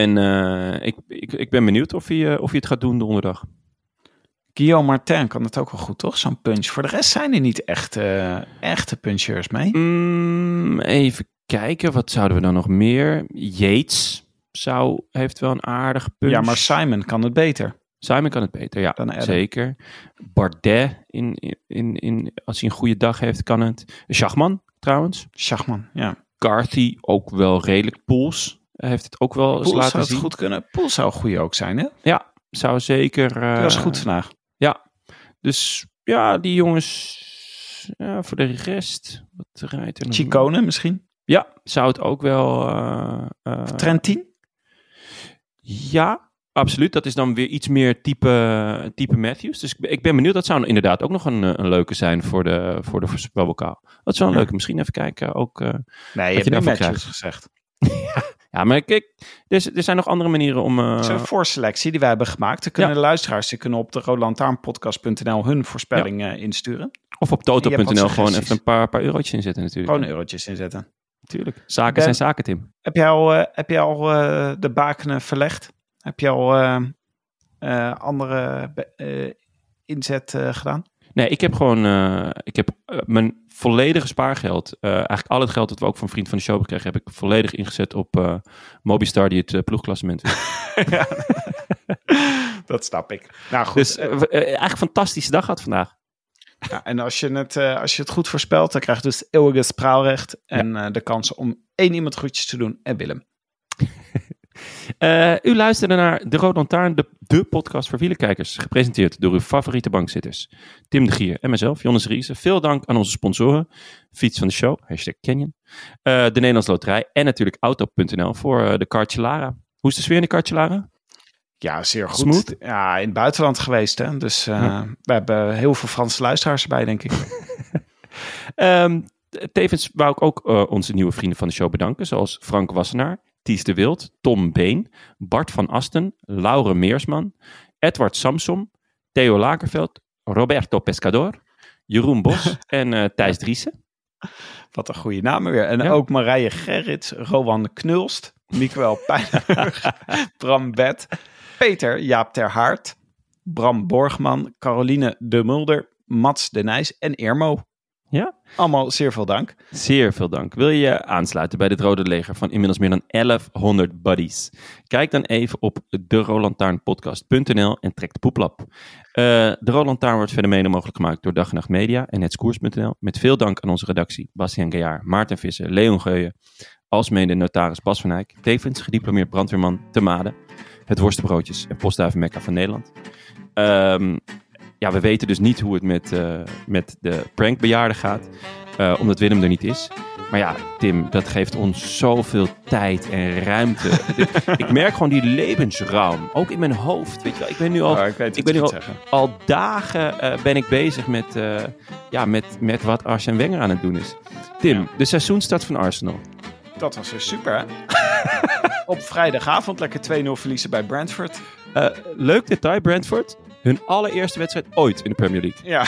ben benieuwd of hij het gaat doen donderdag. Guillaume Martin kan het ook wel goed, toch? Zo'n punch. Voor de rest zijn er niet echte puncheurs mee. Even kijken, wat zouden we dan nog meer? Yates heeft wel een aardige punch. Ja, maar Simon kan het beter. Simon kan het beter, ja, zeker. Bardet, als hij een goede dag heeft, kan het. Schachman, trouwens. Schachman, ja. Carthy, ook wel redelijk. Poels heeft het ook wel eens laten zien. Poels zou het goed kunnen. Poels zou goede ook zijn, hè? Ja, zou zeker. Dat was goed vandaag. Ja, dus ja, die jongens. Ja, voor de rest. Wat rijdt er nog? Ciccone misschien? Ja, zou het ook wel. Trentin? Ja, absoluut. Dat is dan weer iets meer type Matthews. Dus ik ben benieuwd. Dat zou inderdaad ook nog een leuke zijn voor de voorspelbokaal. Dat is wel een leuke. Misschien even kijken ook. Nee, je hebt nu Matthews gezegd. Ja, maar kijk, er zijn nog andere manieren om... Het is een voorselectie die wij hebben gemaakt. Dan kunnen de luisteraars op de roodlantaarnpodcast.nl hun voorspelling insturen. Of op toto.nl gewoon even een paar eurotjes inzetten natuurlijk. Gewoon eurotjes inzetten. Tuurlijk. Zaken zijn zaken, Tim. Heb je al de bakenen verlegd? Heb je al andere inzet gedaan? Nee, ik heb gewoon mijn volledige spaargeld, eigenlijk al het geld dat we ook van Vriend van de Show gekregen, heb ik volledig ingezet op Mobistar die het ploegklassement wint. Ja, dat snap ik. Nou goed. Dus eigenlijk een fantastische dag gehad vandaag. Ja, en als je het goed voorspelt, dan krijg je dus het eeuwige spraalrecht en de kans om 1 iemand groetjes te doen en Willem. U luisterde naar De Rode Lantaarn, de podcast voor wielerkijkers. Gepresenteerd door uw favoriete bankzitters. Tim de Gier en mezelf, Jonas Riese. Veel dank aan onze sponsoren. Fiets van de show, #Canyon. De Nederlandse Loterij en natuurlijk Auto.nl voor de Cartelara. Hoe is de sfeer in de Cartelara? Ja, zeer goed. Smooth? Ja, in het buitenland geweest. Hè? Dus we hebben heel veel Franse luisteraars erbij, denk ik. Tevens wou ik ook onze nieuwe vrienden van de show bedanken. Zoals Frank Wassenaar, Ties de Wild, Tom Been, Bart van Asten, Laure Meersman, Edward Samsom, Theo Lakerveld, Roberto Pescador, Jeroen Bos en Thijs Driessen. Wat een goede namen weer. En ook Marije Gerrits, Rowan Knulst, Mikael Pijnenburg, Bram Bet, Peter Jaap ter Haart, Bram Borgman, Caroline de Mulder, Mats de Nijs en Irmo. Ja? Allemaal zeer veel dank. Zeer veel dank. Wil je je aansluiten bij dit Rode Leger van inmiddels meer dan 1100 buddies? Kijk dan even op deroodlantaarnpodcast.nl en trek de poeplap. De Rode Lantaarn wordt verder mede mogelijk gemaakt door Dag en Nacht Media en Netskoers.nl. Met veel dank aan onze redactie Bastiaan Gaillard, Maarten Visser, Leon Geuyen, alsmede notaris Bas van Eyck, tevens gediplomeerd brandweerman te Maden, het Worstenbroodjes en Postduivenmekka van Nederland. Ja, we weten dus niet hoe het met de prankbejaarden gaat, omdat Willem er niet is. Maar ja, Tim, dat geeft ons zoveel tijd en ruimte. Ik merk gewoon die levensruim, ook in mijn hoofd. Weet je wel, ik ben nu al dagen ben ik bezig met wat Arsène Wenger aan het doen is. Tim, de seizoenstart van Arsenal. Dat was weer super, hè? Op vrijdagavond lekker 2-0 verliezen bij Brentford. Leuk detail, Brentford. Hun allereerste wedstrijd ooit in de Premier League. Ja.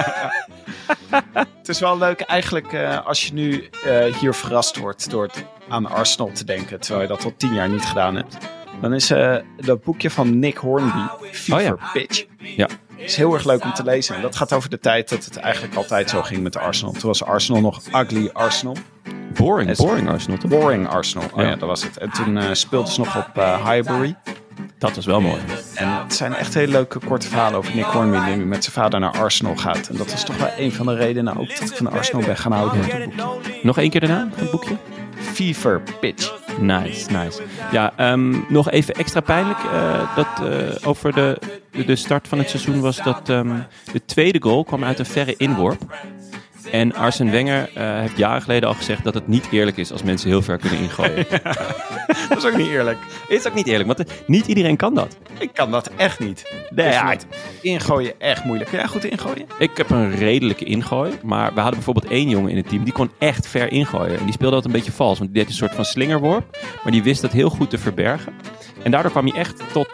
Het is wel leuk eigenlijk als je nu hier verrast wordt door aan Arsenal te denken. Terwijl je dat al 10 jaar niet gedaan hebt. Dan is dat boekje van Nick Hornby, Fever Pitch. Ja. Is heel erg leuk om te lezen. En dat gaat over de tijd dat het eigenlijk altijd zo ging met de Arsenal. Toen was Arsenal nog Ugly Arsenal. Boring Arsenal, toch? Boring Arsenal, ja, dat was het. En toen speelden ze nog op Highbury. Dat was wel mooi. En het zijn echt hele leuke korte verhalen over Nick Hornby die met zijn vader naar Arsenal gaat. En dat is toch wel een van de redenen ook dat ik van Arsenal ben gaan houden met het boekje. Nog één keer de naam van het boekje? Fever Pitch. Nice. Ja, nog even extra pijnlijk. Over de start van het seizoen was dat de tweede goal kwam uit een verre inworp. En Arsène Wenger heeft jaren geleden al gezegd dat het niet eerlijk is als mensen heel ver kunnen ingooien. Dat is ook niet eerlijk. Is ook niet eerlijk, want niet iedereen kan dat. Ik kan dat echt niet. Nee, ja, ingooien echt moeilijk. Kun jij goed ingooien? Ik heb een redelijke ingooi, maar we hadden bijvoorbeeld 1 jongen in het team die kon echt ver ingooien. En die speelde altijd een beetje vals, want die deed een soort van slingerworp, maar die wist dat heel goed te verbergen. En daardoor kwam hij echt tot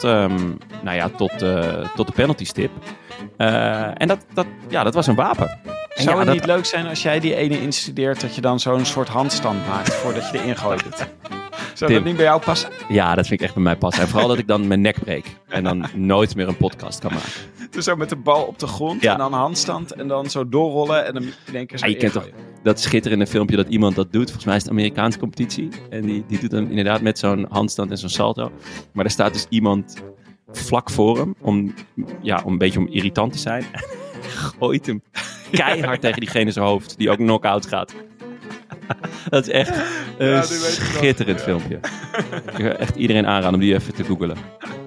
de penalty stip. En dat was een wapen. Zou het niet leuk zijn als jij die ene instudeert dat je dan zo'n soort handstand maakt voordat je erin gooit? Zou dat niet bij jou passen? Ja, dat vind ik echt bij mij passen. En vooral dat ik dan mijn nek breek en dan nooit meer een podcast kan maken. Dus zo met de bal op de grond en dan handstand en dan zo doorrollen en dan in één keer zo je kent toch dat schitterende filmpje dat iemand dat doet. Volgens mij is het een Amerikaanse competitie. En die doet dan inderdaad met zo'n handstand en zo'n salto. Maar er staat dus iemand vlak voor hem om een beetje irritant te zijn. Gooit hem keihard tegen diegene zijn hoofd, die ook knock-out gaat. Dat is echt een schitterend filmpje. Ik wil echt iedereen aanraden om die even te googlen.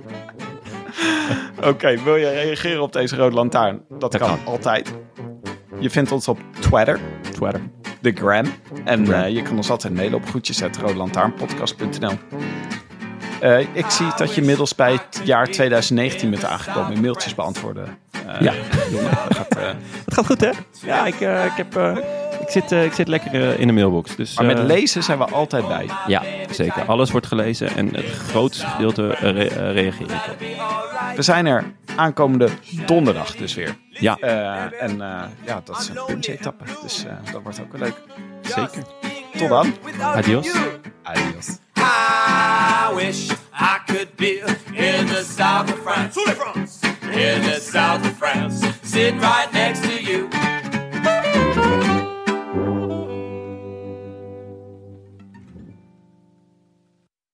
Oké, wil je reageren op deze Rode Lantaarn? Dat kan altijd. Je vindt ons op Twitter. De Gram. En je kan ons altijd mailen op groetjes@rodelantaarnpodcast.nl. Ik zie dat je inmiddels bij het jaar 2019 bent aangekomen in mailtjes beantwoorden. Het gaat goed, hè? Ja, ik zit lekker in de mailbox. Dus, maar met lezen zijn we altijd bij. Ja, zeker. Alles wordt gelezen en het grootste gedeelte reageer ik op. We zijn er aankomende donderdag dus weer. Ja. Dat is een puntje-etappe. Dus dat wordt ook wel leuk. Zeker. Tot dan. Adios. I wish I could be in the south of France. In the south